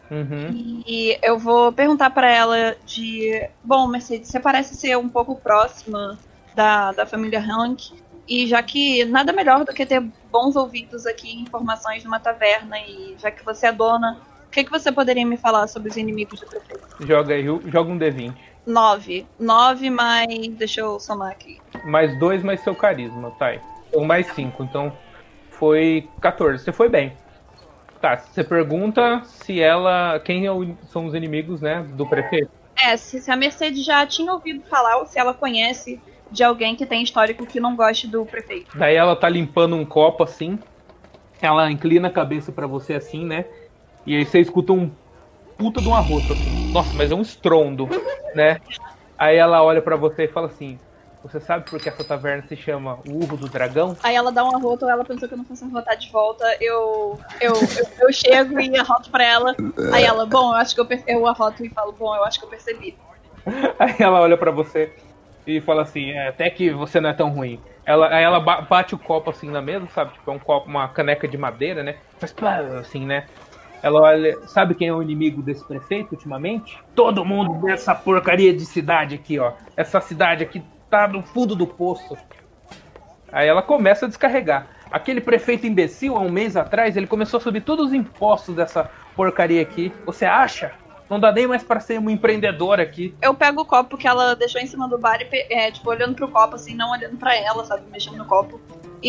E eu vou perguntar pra ela bom, Mercedes, você parece ser um pouco próxima da família Hank, e já que nada melhor do que ter bons ouvidos aqui, informações numa taverna, e já que você é dona, o que você poderia me falar sobre os inimigos do prefeito? Joga um D20. 9 mais... deixa eu somar aqui. Mais 2 mais seu carisma, tá? Ou mais 5, então foi 14. Você foi bem. Tá, você pergunta se ela... Quem são os inimigos, né, do prefeito? Se a Mercedes já tinha ouvido falar, ou se ela conhece de alguém que tem histórico que não goste do prefeito. Daí ela tá limpando um copo, assim. Ela inclina a cabeça pra você, assim, né? E aí você escuta um puta de um arroto, assim. Nossa, mas é um estrondo, né? Aí ela olha pra você e fala assim, você sabe por que essa taverna se chama o Urro do Dragão? Aí ela dá um arroto, ela pensou que eu não fosse arrotar de volta. Eu chego e arroto pra ela. Aí ela, bom, eu acho que eu arroto e falo, bom, eu acho que eu percebi. Aí ela olha pra você e fala assim, até que você não é tão ruim. Aí ela bate o copo assim na mesa, sabe? Tipo, é um copo, uma caneca de madeira, né? Faz assim, né? Ela olha, sabe quem é o inimigo desse prefeito ultimamente? Todo mundo dessa porcaria de cidade aqui, ó. Essa cidade aqui tá no fundo do poço. Aí ela começa a descarregar. Aquele prefeito imbecil, há um mês atrás, ele começou a subir todos os impostos dessa porcaria aqui. Você acha? Não dá nem mais pra ser uma empreendedora aqui. Eu pego o copo que ela deixou em cima do bar e, tipo, olhando pro copo, assim, não olhando pra ela, sabe? Mexendo no copo.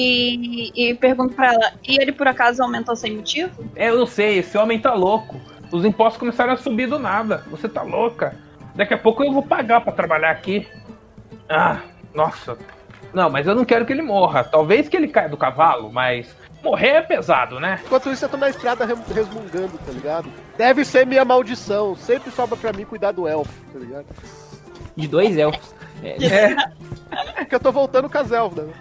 E pergunto pra ela, e ele por acaso aumentou sem motivo? Eu não sei, esse homem tá louco. Os impostos começaram a subir do nada. Você tá louca. Daqui a pouco eu vou pagar pra trabalhar aqui. Ah, nossa. Não, mas eu não quero que ele morra. Talvez que ele caia do cavalo, mas morrer é pesado, né? Enquanto isso, eu tô na estrada resmungando, tá ligado? Deve ser minha maldição. Sempre sobra pra mim cuidar do elfo, tá ligado? De 2 elfos. Porque eu tô voltando com as elfas, né?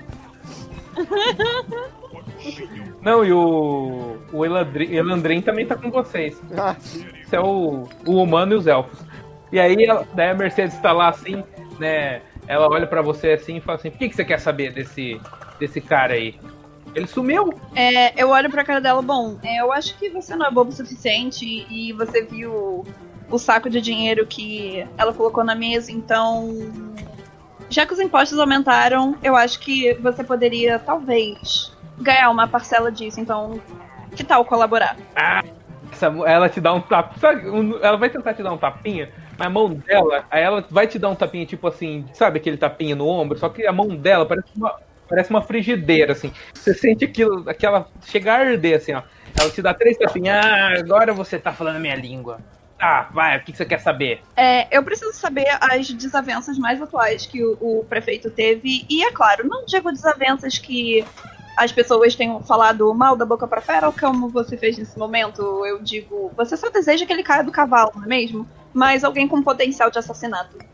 Não, e o Elandrin também tá com vocês. Ah, sim. Isso é o humano e os elfos. E aí a Mercedes tá lá assim, né? Ela olha pra você assim e fala assim, o que você quer saber desse cara aí? Ele sumiu. Eu olho pra cara dela, bom, eu acho que você não é bobo o suficiente e você viu o saco de dinheiro que ela colocou na mesa, então... Já que os impostos aumentaram, eu acho que você poderia, talvez, ganhar uma parcela disso. Então, que tal colaborar? Ela te dá um tapa. Ela vai tentar te dar um tapinha, mas a mão dela, aí ela vai te dar um tapinha, tipo assim, sabe aquele tapinha no ombro? Só que a mão dela parece uma frigideira, assim. Você sente aquela chegar a arder, assim, ó. Ela te dá 3 tapinhas. Agora você tá falando a minha língua. Vai, o que você quer saber? Eu preciso saber as desavenças mais atuais que o prefeito teve. E, é claro, não digo desavenças que as pessoas tenham falado mal da boca pra fora, ou como você fez nesse momento. Eu digo, você só deseja que ele caia do cavalo, não é mesmo? Mas alguém com potencial de assassinato.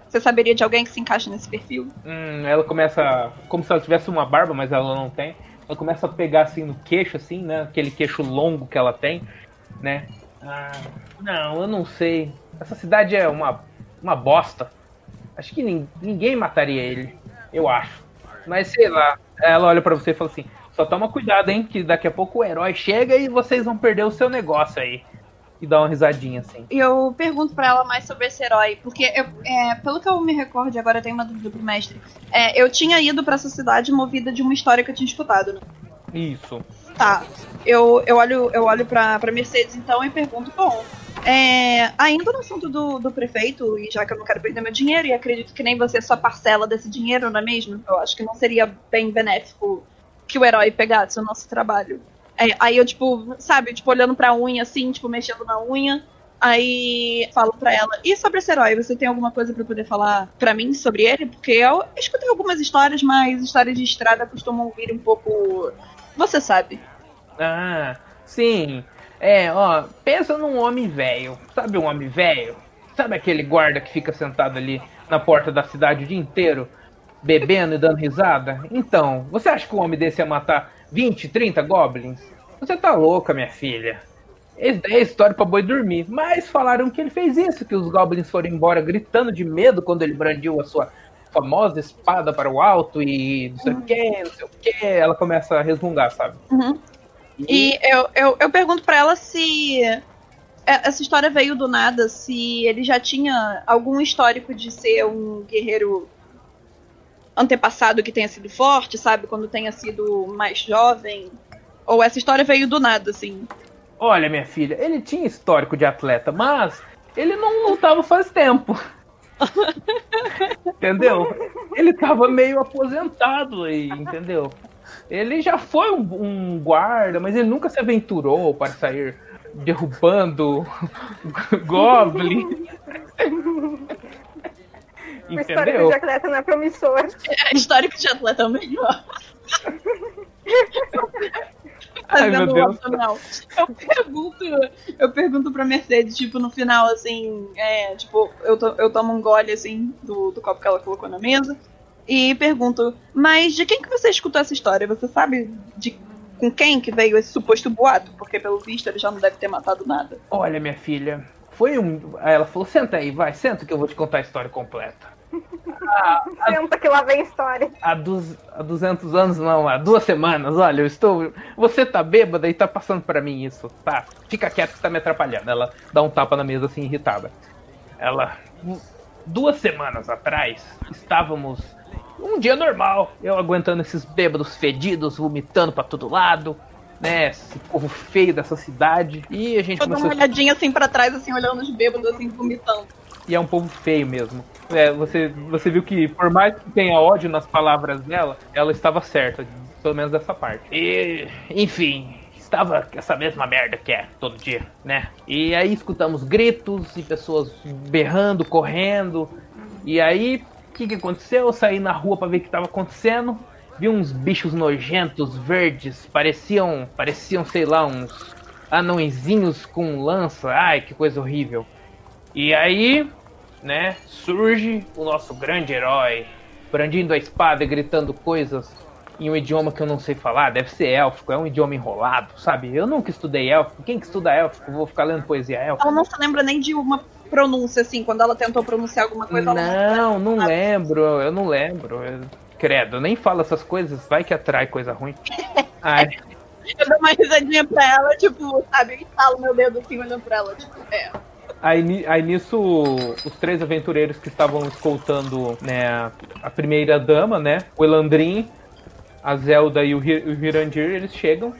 Você saberia de alguém que se encaixa nesse perfil? Ela começa, como se ela tivesse uma barba, mas ela não tem. Ela começa a pegar assim no queixo, assim, né? Aquele queixo longo que ela tem, né? Não, eu não sei. Essa cidade é uma bosta. Acho que ninguém mataria ele, eu acho. Mas sei lá, ela olha pra você e fala assim, só toma cuidado, hein, que daqui a pouco o herói chega e vocês vão perder o seu negócio aí. E dá uma risadinha, assim. E eu pergunto pra ela mais sobre esse herói, porque pelo que eu me recordo, agora eu tenho uma dúvida pro mestre, eu tinha ido pra essa cidade movida de uma história que eu tinha escutado, né? Isso. Tá, eu olho pra Mercedes então e pergunto, bom, ainda no assunto do prefeito, e já que eu não quero perder meu dinheiro, e acredito que nem você só parcela desse dinheiro, não é mesmo? Eu acho que não seria bem benéfico que o herói pegasse o nosso trabalho. Aí eu, tipo, sabe, tipo, olhando pra unha, assim, tipo, mexendo na unha, aí falo pra ela, e sobre esse herói, você tem alguma coisa pra poder falar pra mim sobre ele? Porque eu escutei algumas histórias, mas histórias de estrada costumam vir um pouco... Você sabe. Sim. Pensa num homem velho. Sabe um homem velho? Sabe aquele guarda que fica sentado ali na porta da cidade o dia inteiro, bebendo e dando risada? Então, você acha que um homem desse ia matar 20, 30 goblins? Você tá louca, minha filha. Essa é história pra boi dormir. Mas falaram que ele fez isso, que os goblins foram embora gritando de medo quando ele brandiu a sua famosa espada para o alto e não sei o que. Ela começa a resmungar, sabe? Uhum. E eu pergunto pra ela se essa história veio do nada, se ele já tinha algum histórico de ser um guerreiro antepassado que tenha sido forte, sabe? Quando tenha sido mais jovem. Ou essa história veio do nada, assim. Olha, minha filha, ele tinha histórico de atleta, mas ele não lutava faz tempo. Entendeu? Ele tava meio aposentado aí, entendeu? Ele já foi um guarda, mas ele nunca se aventurou para sair derrubando goblin. O histórico de atleta não é promissor. Histórico de atleta é o melhor. Ai, meu Deus. Eu pergunto pra Mercedes, tipo, no final, assim, tipo, eu tomo um gole, assim, do copo que ela colocou na mesa, e pergunto, mas de quem que você escutou essa história? Você sabe com quem que veio esse suposto boato? Porque, pelo visto, ele já não deve ter matado nada. Olha, minha filha, Aí ela falou, senta aí, senta que eu vou te contar a história completa. Senta que lá vem história. Há 200 anos, não, há 2 semanas, olha, você tá bêbada e tá passando pra mim isso, tá? Fica quieto que você tá me atrapalhando. Ela dá um tapa na mesa assim, irritada. 2 semanas atrás, estávamos um dia normal, eu aguentando esses bêbados fedidos, vomitando pra todo lado, né, esse povo feio dessa cidade, e a gente começou... Eu dou uma olhadinha assim pra trás, assim, olhando os bêbados, assim, vomitando. E é um povo feio mesmo. Você viu que, por mais que tenha ódio nas palavras dela, ela estava certa, pelo menos dessa parte. E, enfim, estava essa mesma merda que é todo dia, né? E aí escutamos gritos e pessoas berrando, correndo. E aí, o que aconteceu? Eu saí na rua pra ver o que estava acontecendo. Vi uns bichos nojentos, verdes, pareciam, sei lá, uns anõezinhos com lança. Ai, que coisa horrível. E aí, né, surge o nosso grande herói, brandindo a espada e gritando coisas em um idioma que eu não sei falar, deve ser élfico, é um idioma enrolado, sabe? Eu nunca estudei élfico, quem que estuda élfico? Vou ficar lendo poesia élfica. Ela não se lembra nem de uma pronúncia, assim, quando ela tentou pronunciar alguma coisa. Não lembro, eu não lembro. Credo, eu nem falo essas coisas, vai que atrai coisa ruim. Ai. Eu dou uma risadinha pra ela, tipo, sabe, eu instalo meu dedo assim, olhando pra ela, tipo, Aí nisso, os 3 aventureiros que estavam escoltando, né, a primeira dama, né, o Elandrin, a Zelda e o Hirandir, eles chegam.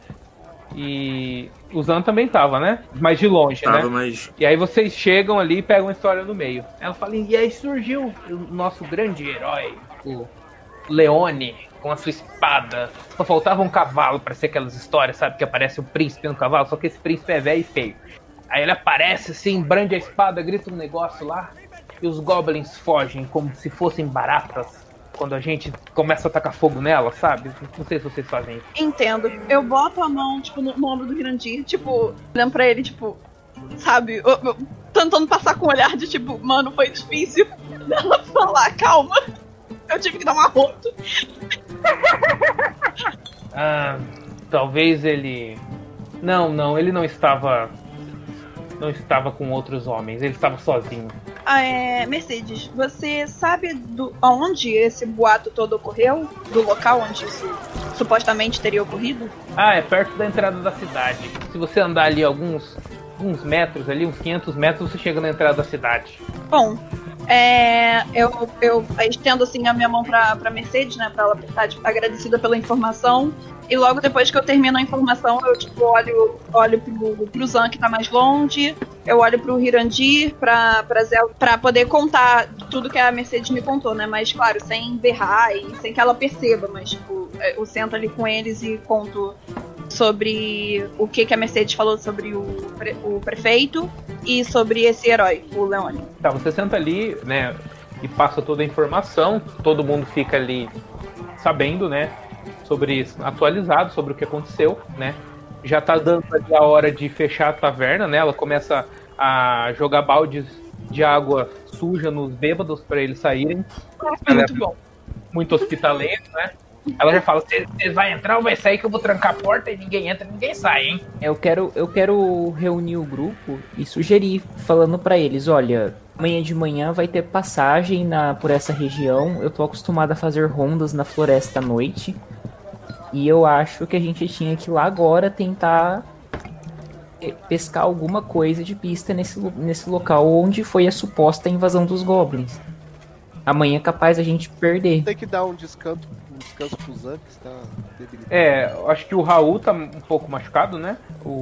E o Zan também tava, né? Mas de longe, né? Mas... E aí vocês chegam ali e pegam a história no meio. Ela fala, e aí surgiu o nosso grande herói, o Leone, com a sua espada. Só faltava um cavalo pra ser aquelas histórias, sabe? Que aparece o príncipe no cavalo, só que esse príncipe é velho e feio. Aí ele aparece assim, brande a espada, grita um negócio lá, e os goblins fogem como se fossem baratas quando a gente começa a tacar fogo nela, sabe? Não sei se vocês fazem isso. Entendo. Eu boto a mão, tipo, no ombro do Hirandir, tipo, olhando pra ele, tipo, sabe? Eu tentando passar com um olhar de tipo, mano, foi difícil. Ela falar, calma. Eu tive que dar um arroto. Talvez ele... Não, ele não estava com outros homens, ele estava sozinho. Mercedes, você sabe aonde esse boato todo ocorreu? Do local onde isso supostamente teria ocorrido? É perto da entrada da cidade. Se você andar ali alguns metros, ali uns 500 metros, você chega na entrada da cidade. Bom, eu estendo assim a minha mão pra Mercedes, né, pra ela estar agradecida pela informação. E logo depois que eu termino a informação, eu olho pro Zan, que tá mais longe. Eu olho pro Hirandir, pra Zel, pra poder contar tudo que a Mercedes me contou, né? Mas, claro, sem berrar e sem que ela perceba. Mas, tipo, eu sento ali com eles e conto sobre o que a Mercedes falou sobre o prefeito e sobre esse herói, o Leone. Tá, você senta ali, né, e passa toda a informação. Todo mundo fica ali sabendo, né? Atualizado sobre o que aconteceu, né? Já tá dando ali a hora de fechar a taverna, né? Ela começa a jogar baldes de água suja nos bêbados para eles saírem. Muito bom. Muito hospitaleiro, né? Ela já fala, você vai entrar ou vai sair que eu vou trancar a porta e ninguém entra e ninguém sai, hein? Eu quero reunir o grupo e sugerir, falando pra eles, olha, amanhã de manhã vai ter passagem por essa região. Eu tô acostumado a fazer rondas na floresta à noite. E eu acho que a gente tinha que ir lá agora tentar pescar alguma coisa de pista nesse local onde foi a suposta invasão dos goblins. Amanhã é capaz a gente perder. Tem que dar um descanso pro Zan, que está debilitado. Eu acho que o Raul tá um pouco machucado, né?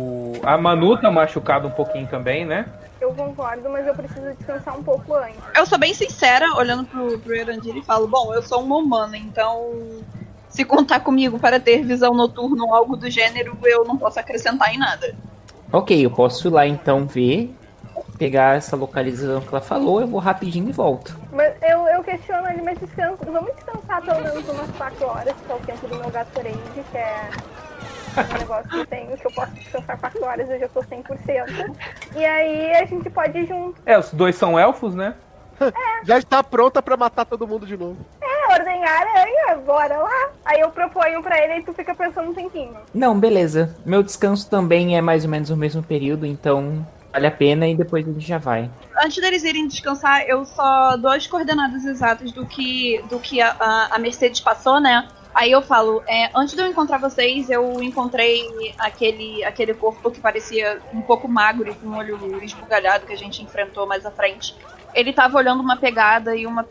A Manu tá machucado um pouquinho também, né? Eu concordo, mas eu preciso descansar um pouco antes. Eu sou bem sincera, olhando pro Erandir e falo, bom, eu sou uma humana, então... Se contar comigo para ter visão noturna ou algo do gênero, eu não posso acrescentar em nada. Ok, eu posso ir lá então ver, pegar essa localização que ela falou, eu vou rapidinho e volto. Mas eu questiono ele, mas vamos descansar pelo menos umas 4 horas, que é o tempo do meu Gatorade, que é um negócio que eu tenho, que eu posso descansar 4 horas, eu já tô 100%. E aí a gente pode ir junto. Os dois são elfos, né? Já está pronta pra matar todo mundo de novo. Ordem aranha, bora lá. Aí eu proponho pra ele e tu fica pensando um tempinho. Não, beleza. Meu descanso também é mais ou menos o mesmo período, então vale a pena e depois a gente já vai. Antes deles irem descansar, eu só dou as coordenadas exatas do que a Mercedes passou, né? Aí eu falo, antes de eu encontrar vocês, eu encontrei aquele corpo que parecia um pouco magro e com o olho esbugalhado que a gente enfrentou mais à frente. Ele tava olhando uma pegada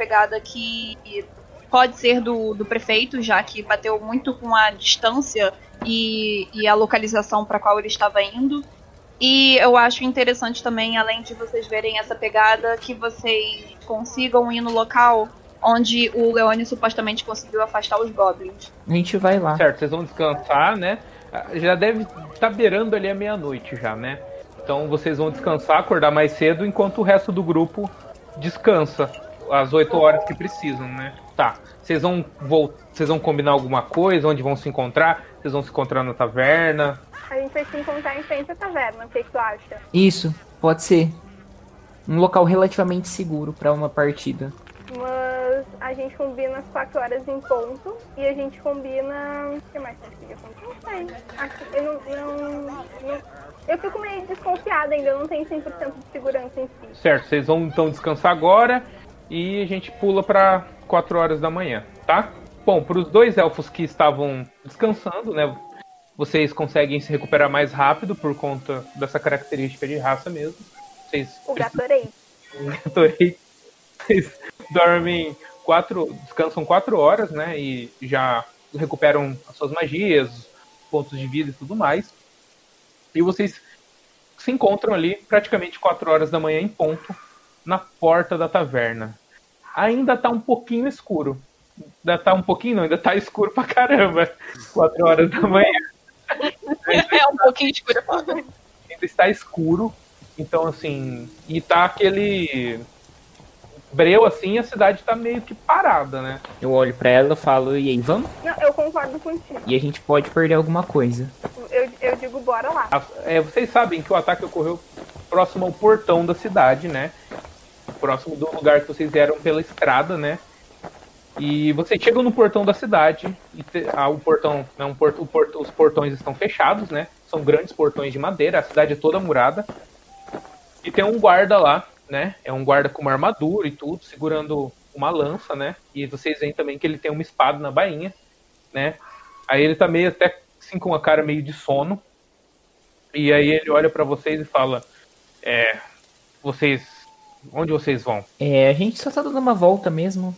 que pode ser do prefeito, já que bateu muito com a distância e a localização para qual ele estava indo. E eu acho interessante também, além de vocês verem essa pegada, que vocês consigam ir no local onde o Leone supostamente conseguiu afastar os goblins. A gente vai lá. Certo, vocês vão descansar, né? Já deve estar beirando ali a meia-noite já, né? Então vocês vão descansar, acordar mais cedo, enquanto o resto do grupo descansa às 8 horas que precisam, né? Tá, vocês vão combinar alguma coisa? Onde vão se encontrar? Vocês vão se encontrar na taverna? A gente vai se encontrar em frente à taverna, o que tu acha? Isso, pode ser. Um local relativamente seguro para uma partida. Mas a gente combina às 4 horas em ponto e a gente combina... O que mais a gente podia combinar? Não sei. Acho que eu eu fico meio desconfiada ainda, eu não tenho 100% de segurança em si. Certo, vocês vão então descansar agora e a gente pula para 4 horas da manhã, tá? Bom, para os dois elfos que estavam descansando, né? Vocês conseguem se recuperar mais rápido por conta dessa característica de raça mesmo. O Gatorade. Vocês dormem descansam 4 horas, né? E já recuperam as suas magias, pontos de vida e tudo mais. E vocês se encontram ali praticamente 4 horas da manhã em ponto, na porta da taverna. Ainda tá um pouquinho escuro. Ainda tá escuro pra caramba. 4 horas da manhã. É um pouquinho escuro. Ainda está escuro. Então, assim... E tá aquele... breu, assim, a cidade tá meio que parada, né? Eu olho pra ela e falo, e aí, vamos? Não, eu concordo contigo. E a gente pode perder alguma coisa. Eu digo, bora lá. Vocês sabem que o ataque ocorreu próximo ao portão da cidade, né? próximo do lugar que vocês vieram pela estrada, né? E vocês chegam no portão da cidade. E o portão, né, os portões estão fechados, né? São grandes portões de madeira. A cidade é toda murada. E tem um guarda lá, né? É um guarda com uma armadura e tudo, segurando uma lança, né? E vocês veem também que ele tem uma espada na bainha, né? Aí ele tá meio até assim com a cara meio de sono. E aí ele olha pra vocês e fala: onde vocês vão? A gente só tá dando uma volta mesmo.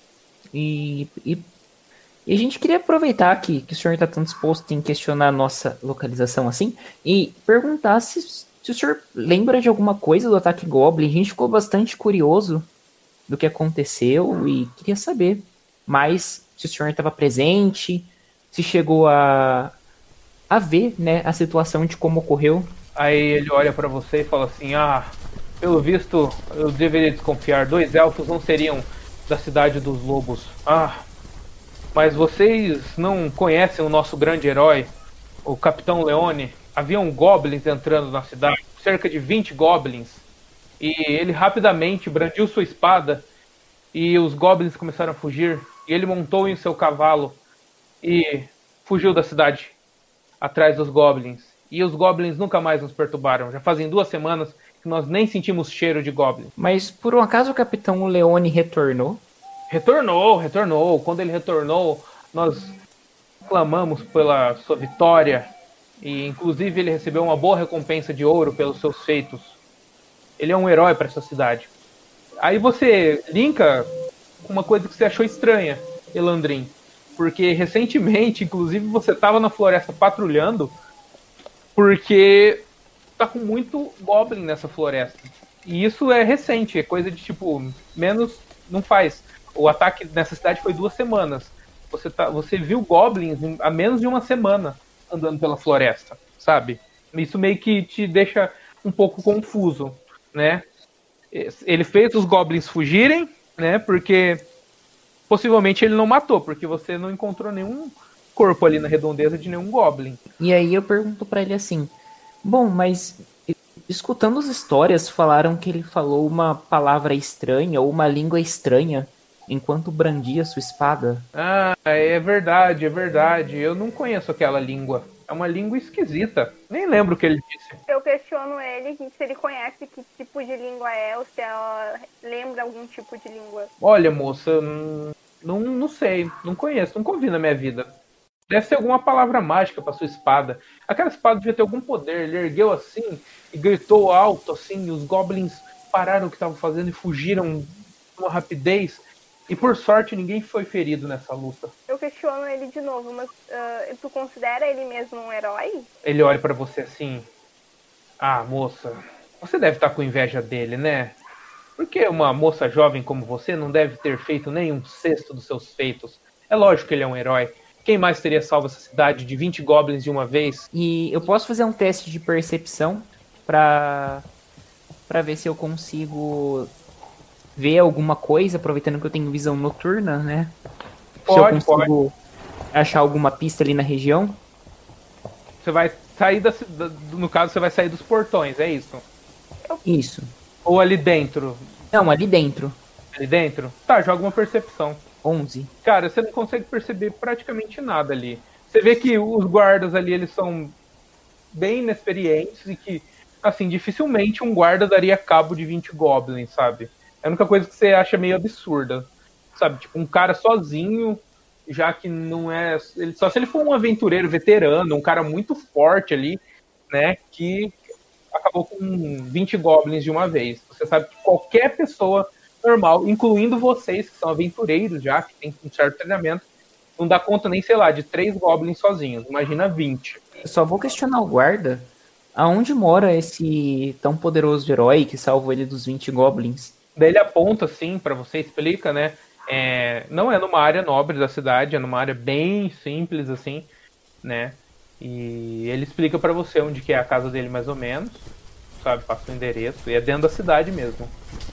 E a gente queria aproveitar que o senhor tá tão disposto em questionar a nossa localização assim e perguntar se o senhor lembra de alguma coisa do ataque Goblin. A gente ficou bastante curioso do que aconteceu e queria saber mais se o senhor estava presente, se chegou a ver, né, a situação de como ocorreu. Aí ele olha pra você e fala assim: pelo visto eu deveria desconfiar, 2 elfos não seriam da cidade dos lobos. Mas vocês não conhecem o nosso grande herói, o Capitão Leone? Haviam goblins entrando na cidade, cerca de 20 goblins, e ele rapidamente brandiu sua espada e os goblins começaram a fugir, e ele montou em seu cavalo e fugiu da cidade atrás dos goblins. E os goblins nunca mais nos perturbaram. Já fazem 2 semanas que nós nem sentimos cheiro de goblin. Mas por um acaso o Capitão Leone retornou? Retornou. Quando ele retornou, nós clamamos pela sua vitória. E inclusive ele recebeu uma boa recompensa de ouro pelos seus feitos. Ele é um herói para essa cidade. Aí você linka com uma coisa que você achou estranha, Elandrin. Porque recentemente, inclusive, você estava na floresta patrulhando, porque tá com muito goblin nessa floresta. E isso é recente, é coisa de tipo, menos não faz. O ataque nessa cidade foi 2 semanas. Você viu goblins há menos de 1 semana andando pela floresta, sabe? Isso meio que te deixa um pouco confuso, né? Ele fez os goblins fugirem, né? Porque possivelmente ele não matou, porque você não encontrou nenhum corpo ali na redondeza de nenhum goblin. E aí eu pergunto pra ele assim: bom, mas escutando as histórias, falaram que ele falou uma palavra estranha ou uma língua estranha enquanto brandia sua espada. É verdade. Eu não conheço aquela língua. É uma língua esquisita. Nem lembro o que ele disse. Eu questiono ele se ele conhece que tipo de língua é, ou se ela lembra algum tipo de língua. Olha, moça, não sei. Não conheço, nunca ouvi na minha vida. Deve ser alguma palavra mágica pra sua espada. Aquela espada devia ter algum poder. Ele ergueu assim e gritou alto, assim, e os goblins pararam o que estavam fazendo e fugiram com uma rapidez. E por sorte ninguém foi ferido nessa luta. Eu questiono ele de novo, mas tu considera ele mesmo um herói? Ele olha pra você assim: moça, você deve estar com inveja dele, né? Porque uma moça jovem como você não deve ter feito nem 1/6 dos seus feitos. É lógico que ele é um herói. Quem mais teria salvo essa cidade de 20 goblins de uma vez? E eu posso fazer um teste de percepção pra ver se eu consigo ver alguma coisa, aproveitando que eu tenho visão noturna, né? Se eu consigo achar alguma pista ali na região. Você vai sair no caso, você vai sair dos portões, é isso? Isso. Ou ali dentro? Não, ali dentro. Ali dentro? Tá, joga uma percepção. 11. Cara, você não consegue perceber praticamente nada ali. Você vê que os guardas ali, eles são bem inexperientes e que, assim, dificilmente um guarda daria cabo de 20 goblins, sabe? É a única coisa que você acha meio absurda, sabe? Tipo, um cara sozinho, já que não é... Só se ele for um aventureiro veterano, um cara muito forte ali, né? Que acabou com 20 goblins de uma vez. Você sabe que qualquer pessoa normal, incluindo vocês, que são aventureiros já, que tem um certo treinamento, não dá conta nem, sei lá, de 3 goblins sozinhos. Imagina 20. Eu só vou questionar o guarda. Aonde mora esse tão poderoso herói que salvou ele dos 20 goblins? Daí ele aponta assim pra você, explica, né? Não é numa área nobre da cidade, é numa área bem simples assim, né? E ele explica pra você onde que é a casa dele mais ou menos, sabe? Passa o endereço e é dentro da cidade mesmo.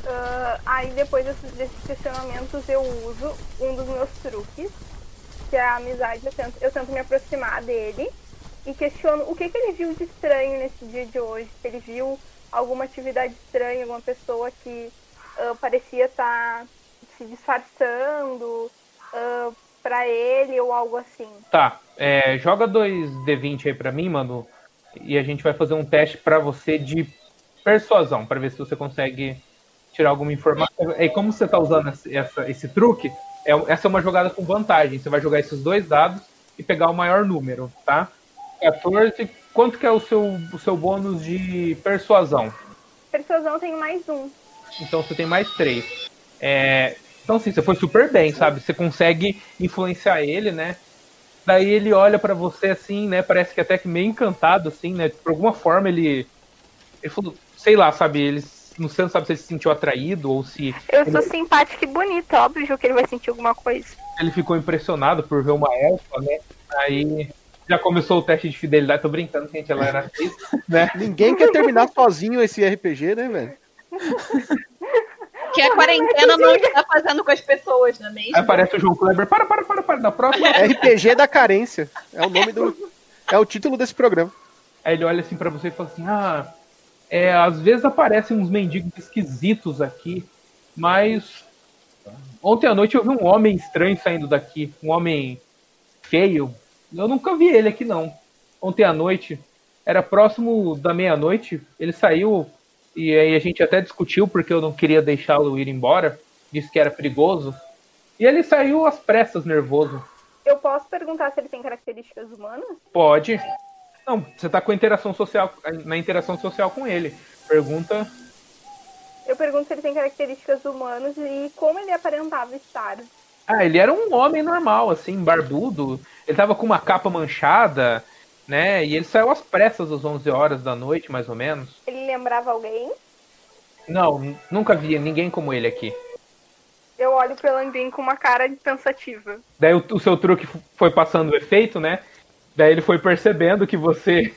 Aí depois desses questionamentos eu uso um dos meus truques, que é a amizade. Eu tento me aproximar dele e questiono o que ele viu de estranho nesse dia de hoje. Se ele viu alguma atividade estranha, alguma pessoa que parecia estar se disfarçando pra ele ou algo assim. Tá, joga 2d20 aí pra mim, mano. E a gente vai fazer um teste pra você de persuasão, pra ver se você consegue tirar alguma informação. E como você tá usando esse truque, essa é uma jogada com vantagem. Você vai jogar esses 2 dados e pegar o maior número, tá? 14. Quanto que é o seu bônus de persuasão? Persuasão eu tenho mais 1. Então você tem mais 3. Então assim, você foi super bem, sabe? Você consegue influenciar ele, né? Daí ele olha pra você assim, né? Parece que até que meio encantado, assim, né? Por alguma forma ele falou, sei lá, sabe? Você não sabe se ele se sentiu atraído ou se... Eu sou simpática e bonita, óbvio que ele vai sentir alguma coisa. Ele ficou impressionado por ver uma elfa, né? Aí já começou o teste de fidelidade. Tô brincando, gente, ela era atriz, né? Ninguém quer terminar sozinho esse RPG, né, velho? Que a quarentena não está fazendo com as pessoas, não é mesmo? Aí aparece o João Kleber. Para. Na próxima. RPG da carência. É o nome é o título desse programa. Aí ele olha assim pra você e fala assim, às vezes aparecem uns mendigos esquisitos aqui, mas ontem à noite eu vi um homem estranho saindo daqui, um homem feio. Eu nunca vi ele aqui não. Ontem à noite, era próximo da meia-noite, ele saiu e aí a gente até discutiu porque eu não queria deixá-lo ir embora, disse que era perigoso. E ele saiu às pressas, nervoso. Eu posso perguntar se ele tem características humanas? Pode. Não, você tá com na interação social com ele. Pergunta. Eu pergunto se ele tem características humanas e como ele aparentava estar. Ele era um homem normal, assim, barbudo. Ele tava com uma capa manchada, né? E ele saiu às pressas às 11 horas da noite, mais ou menos. Ele lembrava alguém? Não, nunca vi ninguém como ele aqui. Eu olho pro Elandim com uma cara pensativa. Daí o seu truque foi passando o efeito, né? Daí ele foi percebendo que você...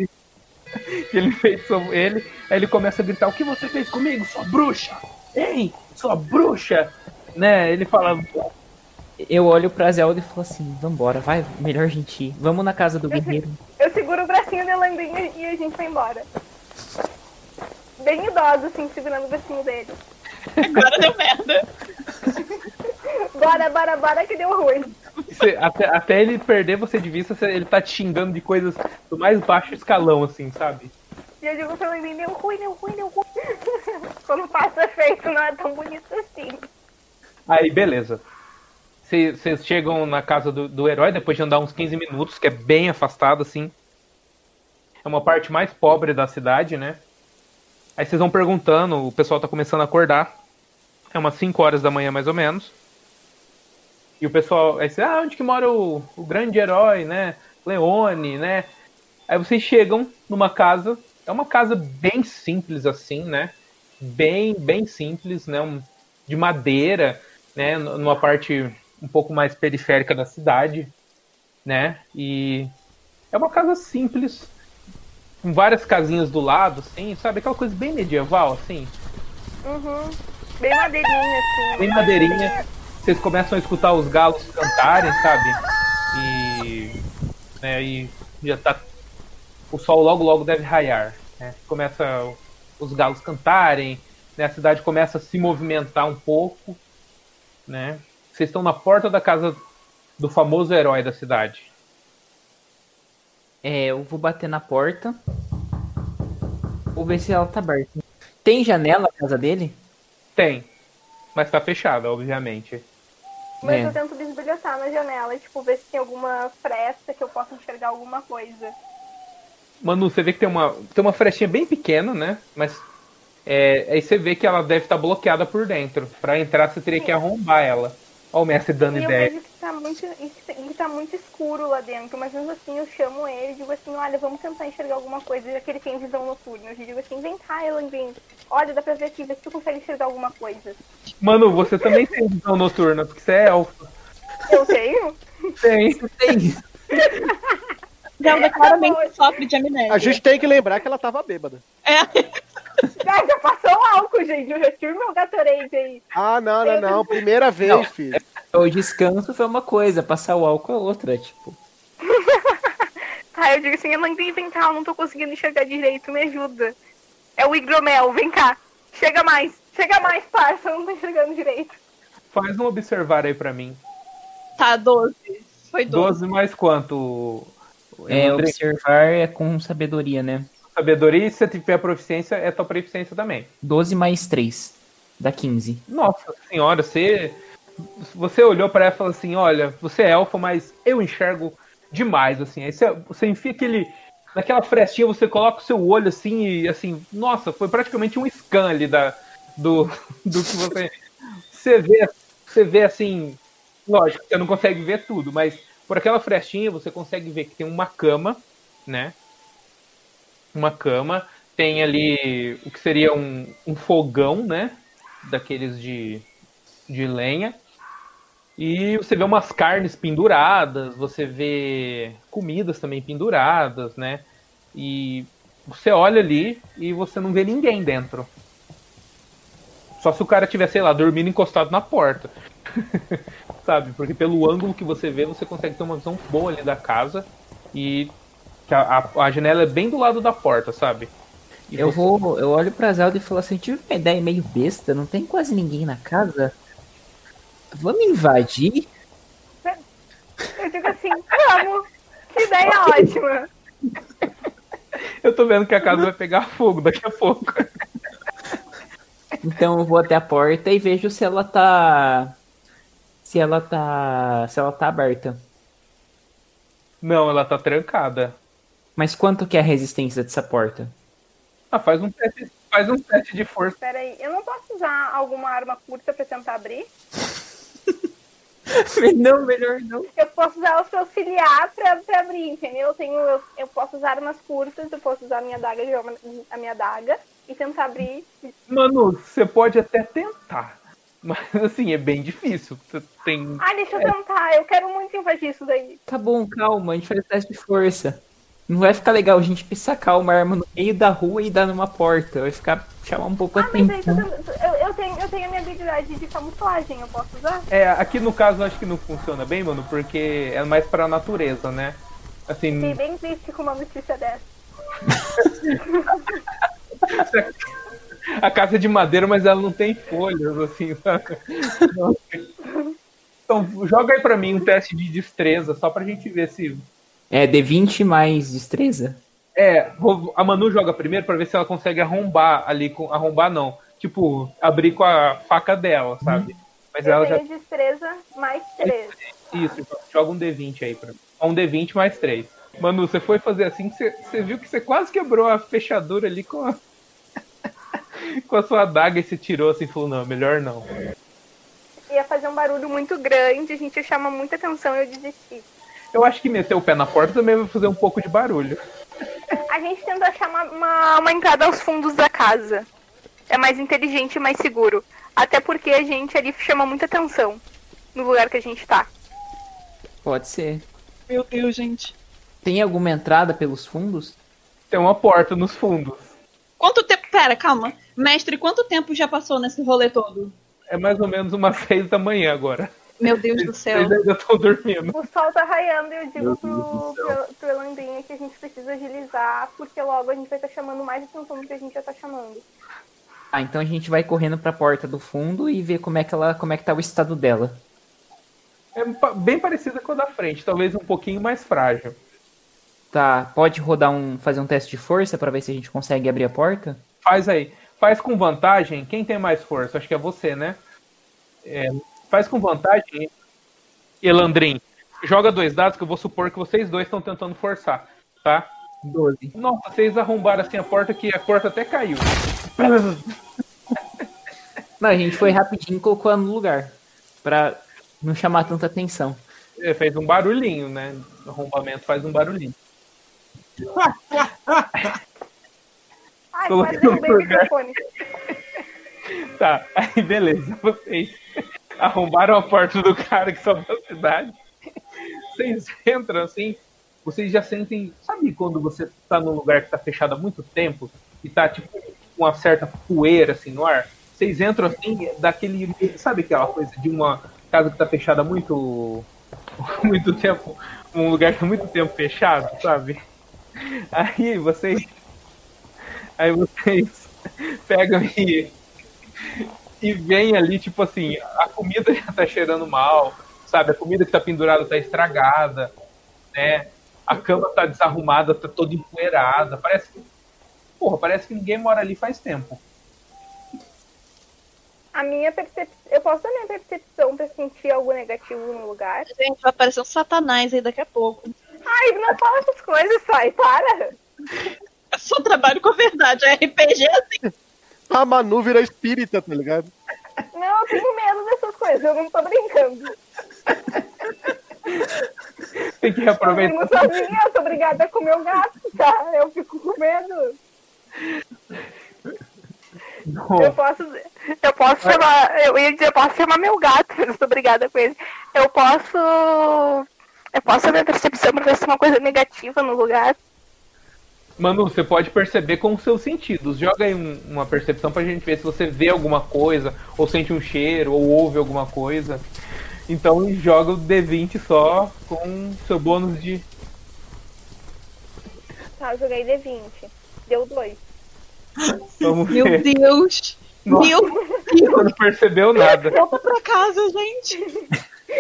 que ele fez sobre ele. Aí ele começa a gritar, o que você fez comigo, sua bruxa? Ei, sua bruxa! Né? Ele fala... Eu olho pra Zelda e falo assim, vambora, vai, melhor a gente ir. Vamos na casa do guerreiro. Eu seguro o bracinho do Elandim e a gente vai embora. Bem idoso, assim, segurando o bracinho dele. Agora deu merda. Bora, que deu ruim. Até ele perder você de vista, ele tá te xingando de coisas do mais baixo escalão, assim, sabe? E eu digo pra ele, deu ruim. Quando passa efeito, não é tão bonito assim. Aí, beleza. Vocês chegam na casa do herói, depois de andar uns 15 minutos, que é bem afastado, assim. É uma parte mais pobre da cidade, né? Aí vocês vão perguntando, o pessoal tá começando a acordar. É umas 5 horas da manhã, mais ou menos. E o pessoal... Aí você, onde que mora o grande herói, né? Leone, né? Aí vocês chegam numa casa... É uma casa bem simples, assim, né? Bem simples, né? De madeira, né? Numa parte um pouco mais periférica da cidade, né? E... É uma casa simples... Com várias casinhas do lado, assim, sabe? Aquela coisa bem medieval, assim. Uhum. Bem madeirinha, assim. Bem madeirinha. Vocês começam a escutar os galos cantarem, sabe? E já tá... O sol logo deve raiar, né? Começa os galos cantarem, né? A cidade começa a se movimentar um pouco, né? Vocês estão na porta da casa do famoso herói da cidade. Eu vou bater na porta. Vou ver se ela tá aberta. Tem janela na casa dele? Tem. Mas tá fechada, obviamente. Mas eu tento bisbilhotar na janela, tipo, ver se tem alguma fresta que eu possa enxergar alguma coisa. Manu, você vê que tem uma frestinha bem pequena, né? Mas aí você vê que ela deve estar bloqueada por dentro. Pra entrar, você teria que arrombar ela. Olha o mestre dando ideia. Eu vejo que tá muito escuro lá dentro, mas mesmo assim eu chamo ele e digo assim, olha, vamos tentar enxergar alguma coisa, já que ele tem visão noturna. Eu digo assim, vem cá, Elandim, olha, dá pra ver aqui, vê se tu consegue enxergar alguma coisa. Manu, você também tem visão noturna, porque você é elfa. Eu tenho? Tem. Zelda claramente sofre de amnésia. A gente tem que lembrar que ela tava bêbada. Já passou o álcool, gente. Eu já tive meu Gatorade aí. Não. Primeira vez, filho. O descanso foi uma coisa, passar o álcool é outra, tipo. Tá, eu digo assim, Elandim, vem cá, eu não tô conseguindo enxergar direito, me ajuda. É o hidromel, vem cá. Chega mais. Chega mais, parça, eu não tô enxergando direito. Faz um observar aí pra mim. Tá, 12. Foi 12. 12 mais quanto? Observar é com sabedoria, né? Sabedoria, e se você tiver proficiência, é tua proficiência também. 12 mais 3. Dá 15. Nossa senhora, você olhou pra ela e falou assim, olha, você é elfo, mas eu enxergo demais, assim. Aí você enfia naquela frestinha, você coloca o seu olho assim e assim, nossa, foi praticamente um scan ali do que você vê assim, lógico, você não consegue ver tudo, mas por aquela frestinha você consegue ver que tem uma cama, né? Uma cama, tem ali o que seria um fogão, né? Daqueles de lenha. E você vê umas carnes penduradas, você vê comidas também penduradas, né? E você olha ali e você não vê ninguém dentro. Só se o cara estiver, sei lá, dormindo encostado na porta. Sabe? Porque pelo ângulo que você vê, você consegue ter uma visão boa ali da casa. E que a janela é bem do lado da porta, sabe? E Eu olho pra Zelda e falo assim, tive uma ideia meio besta, não tem quase ninguém na casa. Vamos invadir? Eu digo assim, vamos! Que ideia ótima! Eu tô vendo que a casa vai pegar fogo daqui a pouco. Então eu vou até a porta e vejo se ela tá aberta. Não, ela tá trancada. Mas quanto que é a resistência dessa porta? Ah, faz um teste de força. Pera aí, eu não posso usar alguma arma curta pra tentar abrir? Não, melhor não. Eu posso usar o seu auxiliar pra abrir, entendeu? Eu posso usar armas curtas, eu posso usar a minha adaga e tentar abrir. Mano, você pode até tentar. Mas assim, é bem difícil. Você tem. Ah, deixa eu tentar, eu quero muito invadir isso daí. Tá bom, calma, a gente faz teste de força. Não vai ficar legal a gente sacar uma arma no meio da rua e dar numa porta. Vai chamar um pouco a Mas aí, atenção. eu tenho a minha habilidade de camuflagem, eu posso usar? Aqui no caso eu acho que não funciona bem, mano, porque é mais pra natureza, né? Assim. Fiquei bem triste com uma notícia dessa. A casa é de madeira, mas ela não tem folhas, assim, sabe? Então, joga aí pra mim um teste de destreza, só pra gente ver se. É, D20 mais destreza? A Manu joga primeiro pra ver se ela consegue arrombar ali com. Arrombar não. Tipo, abrir com a faca dela, sabe? Mas Eu ela tenho destreza mais 3. Isso, então joga um D20 aí pra mim. Um D20 mais 3. Manu, você foi fazer assim, você viu que você quase quebrou a fechadura ali com a sua adaga e você tirou assim e falou, não, melhor não. Ia fazer um barulho muito grande, a gente ia chamar muita atenção e eu desisti. Eu acho que meter o pé na porta também vai fazer um pouco de barulho. A gente tenta achar uma entrada aos fundos da casa. É mais inteligente e mais seguro. Até porque a gente ali chama muita atenção no lugar que a gente tá. Pode ser. Meu Deus, gente. Tem alguma entrada pelos fundos? Tem uma porta nos fundos. Quanto tempo... Pera, calma. Mestre, quanto tempo já passou nesse rolê todo? É mais ou menos umas 6 da manhã agora. Meu Deus do céu. Vocês ainda estão dormindo. O sol tá raiando e eu digo pro Elandrinha que a gente precisa agilizar, porque logo a gente vai estar chamando mais atenção do que a gente já tá chamando. Ah, então a gente vai correndo pra porta do fundo e ver como é que tá o estado dela. É bem parecida com a da frente, talvez um pouquinho mais frágil. Tá, pode fazer um teste de força pra ver se a gente consegue abrir a porta? Faz aí. Faz com vantagem. Quem tem mais força? Acho que é você, né? Faz com vantagem. Elandrin. Joga 2 dados que eu vou supor que vocês dois estão tentando forçar. Tá? 12. Nossa, vocês arrombaram assim a porta que a porta até caiu. Não, a gente foi rapidinho e colocou ela no lugar. Pra não chamar tanta atenção. Fez um barulhinho, né? O arrombamento faz um barulhinho. Ai, quase derrubei o microfone. Tá, aí beleza. Vocês arrombaram a porta do cara que salvou a cidade. Vocês entram assim, vocês já sentem... Sabe quando você tá num lugar que tá fechado há muito tempo e tá tipo uma certa poeira assim no ar? Vocês entram assim, daquele... Sabe aquela coisa de uma casa que tá fechada há muito tempo? Um lugar que tá muito tempo fechado, sabe? Aí vocês pegam E vem ali, tipo assim, a comida já tá cheirando mal, sabe? A comida que tá pendurada tá estragada, né? A cama tá desarrumada, tá toda empoeirada. Parece que ninguém mora ali faz tempo. A minha percepção... Eu posso dar minha percepção pra sentir algo negativo no lugar? Gente, vai aparecer um satanás aí daqui a pouco. Ai, não fala essas coisas, sai, para! Eu só trabalho com a verdade, é RPG assim. A Manu vira espírita, tá ligado? Não, eu tenho medo dessas coisas, eu não tô brincando. Tem que Eu reaproveitar. durmo sozinha, eu tô obrigada com o meu gato, tá? Eu fico com medo. Eu posso chamar. Eu ia dizer, eu posso chamar meu gato, mas eu tô brigada com ele. Eu posso a minha percepção pra ver se tem uma coisa negativa no lugar. Manu, você pode perceber com os seus sentidos. Joga aí uma percepção pra gente ver se você vê alguma coisa, ou sente um cheiro, ou ouve alguma coisa. Então joga o D20 só com seu bônus de. Tá, eu joguei D20. Deu 2. Vamos Meu ver. Deus! Nossa. Meu Você não percebeu nada. Volta pra casa, gente!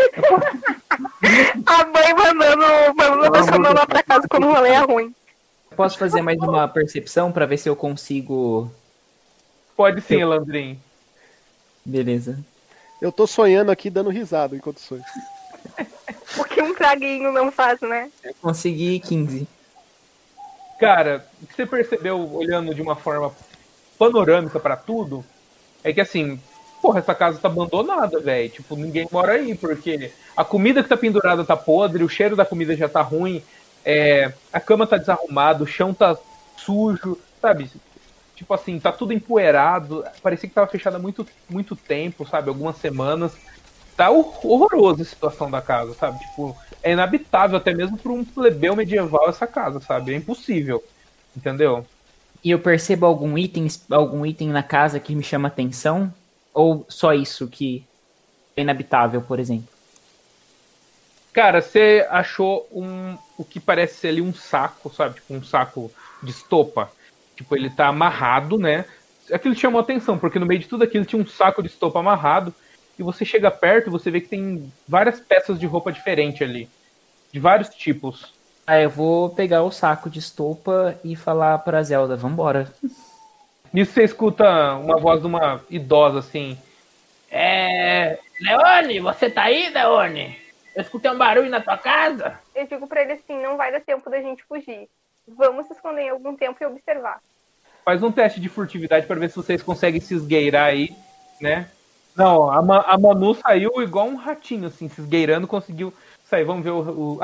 A mãe mandando a pessoa mandar pra casa quando o rolê é ruim. Posso fazer mais uma percepção pra ver se eu consigo. Pode sim, Elandrin. Beleza. Eu tô sonhando aqui dando risada enquanto sonho. O que um traguinho não faz, né? Eu consegui 15. Cara, o que você percebeu olhando de uma forma panorâmica pra tudo é que assim, porra, essa casa tá abandonada, velho. Tipo, ninguém mora aí, porque a comida que tá pendurada tá podre, o cheiro da comida já tá ruim, a cama tá desarrumada, o chão tá sujo, sabe? Tipo assim, tá tudo empoeirado. Parecia que tava fechado há muito tempo, sabe? Algumas semanas. Tá horrorosa a situação da casa, sabe? Tipo, é inabitável até mesmo para um plebeu medieval essa casa, sabe? É impossível, entendeu? E eu percebo algum item na casa que me chama atenção? Ou só isso que é inabitável, por exemplo? Cara, você achou o que parece ser ali um saco, sabe? Tipo, um saco de estopa. Tipo, ele tá amarrado, né? Aquilo chamou atenção, porque no meio de tudo aquilo tinha um saco de estopa amarrado. E você chega perto e você vê que tem várias peças de roupa diferente ali. De vários tipos. Eu vou pegar o saco de estopa e falar pra Zelda, vambora. Nisso você escuta uma voz de uma idosa assim. Leone, você tá aí, Leone? Eu escutei um barulho na tua casa? Eu digo pra ele assim, não vai dar tempo da gente fugir. Vamos se esconder em algum tempo e observar. Faz um teste de furtividade pra ver se vocês conseguem se esgueirar aí, né? Não, a Manu saiu igual um ratinho, assim, se esgueirando, conseguiu sair. Vamos ver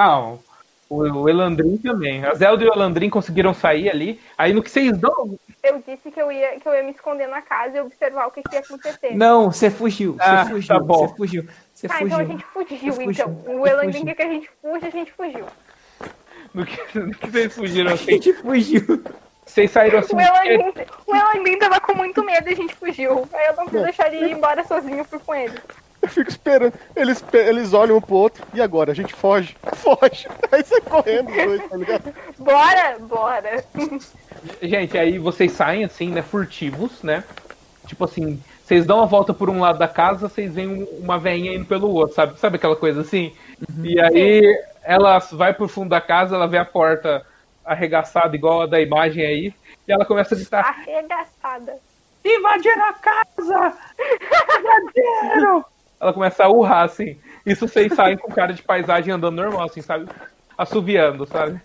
o Elandrin também. A Zelda e o Elandrin conseguiram sair ali. Aí no que vocês dão... Eu disse que eu ia me esconder na casa e observar o que ia acontecer. Não, você fugiu, tá bom. Você fugiu. Então a gente fugiu, então. O Elandrin quer que a gente fugiu. No que vocês fugiram A assim? gente fugiu. Vocês saíram assim... O Elandrin tava com muito medo e a gente fugiu. Aí eu não quis deixar ele ir embora sozinho, eu fui com ele. Eu fico esperando. Eles olham um pro outro. E agora? A gente foge. Foge. Aí sai correndo os dois, tá ligado? Bora. Gente, aí vocês saem assim, né, furtivos, né? Tipo assim, vocês dão a volta por um lado da casa, vocês veem uma veinha indo pelo outro, sabe? Sabe aquela coisa assim? Uhum. E aí ela vai pro fundo da casa, ela vê a porta arregaçada, igual a da imagem aí, e ela começa a gritar: arregaçada. Invadiram a casa! Invadiram! Ela começa a urrar, assim. Isso vocês saem com cara de paisagem andando normal, assim, sabe? Assoviando, sabe?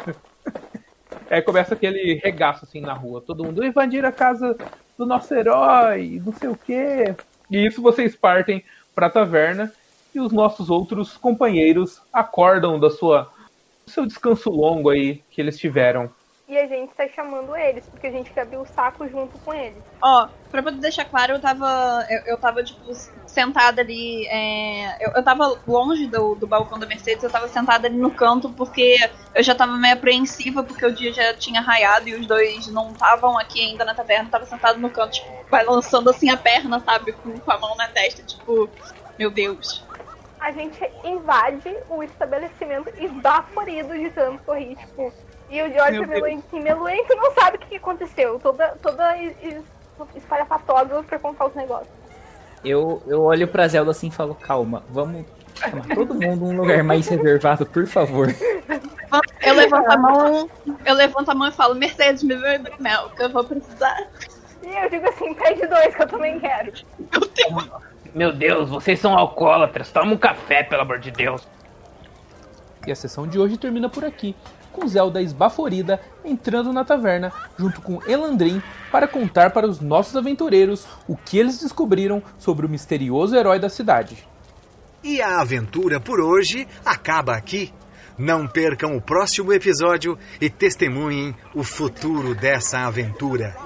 Aí começa aquele regaço, assim, na rua. Todo mundo, invadiram a casa do nosso herói, não sei o quê. E isso vocês partem pra taverna e os nossos outros companheiros acordam do seu descanso longo aí que eles tiveram. E a gente tá chamando eles, porque a gente quer abrir o saco junto com eles. Ó, pra poder deixar claro, eu tava tipo, sentada ali, eu tava longe do balcão da Mercedes, eu tava sentada ali no canto, porque eu já tava meio apreensiva, porque o dia já tinha raiado e os dois não estavam aqui ainda na taverna, eu tava sentado no canto, tipo, balançando assim a perna, sabe, com a mão na testa, tipo, meu Deus. A gente invade o estabelecimento esbaforido de tanto correr, tipo... E eu olho pra Meloen assim, Meloen, tu não sabe o que aconteceu. Toda espalhafatosa pra contar os negócios. Eu olho pra Zelda assim e falo, calma, vamos chamar todo mundo num lugar mais reservado, por favor. Eu levanto a mão e falo, Mercedes, me vê hidromel, que eu vou precisar. E eu digo assim, pede 2 que eu também quero. Meu Deus, vocês são alcoólatras, toma um café, pelo amor de Deus. E a sessão de hoje termina por aqui, com Zelda esbaforida entrando na taverna, junto com Elandrin, para contar para os nossos aventureiros o que eles descobriram sobre o misterioso herói da cidade. E a aventura por hoje acaba aqui. Não percam o próximo episódio e testemunhem o futuro dessa aventura.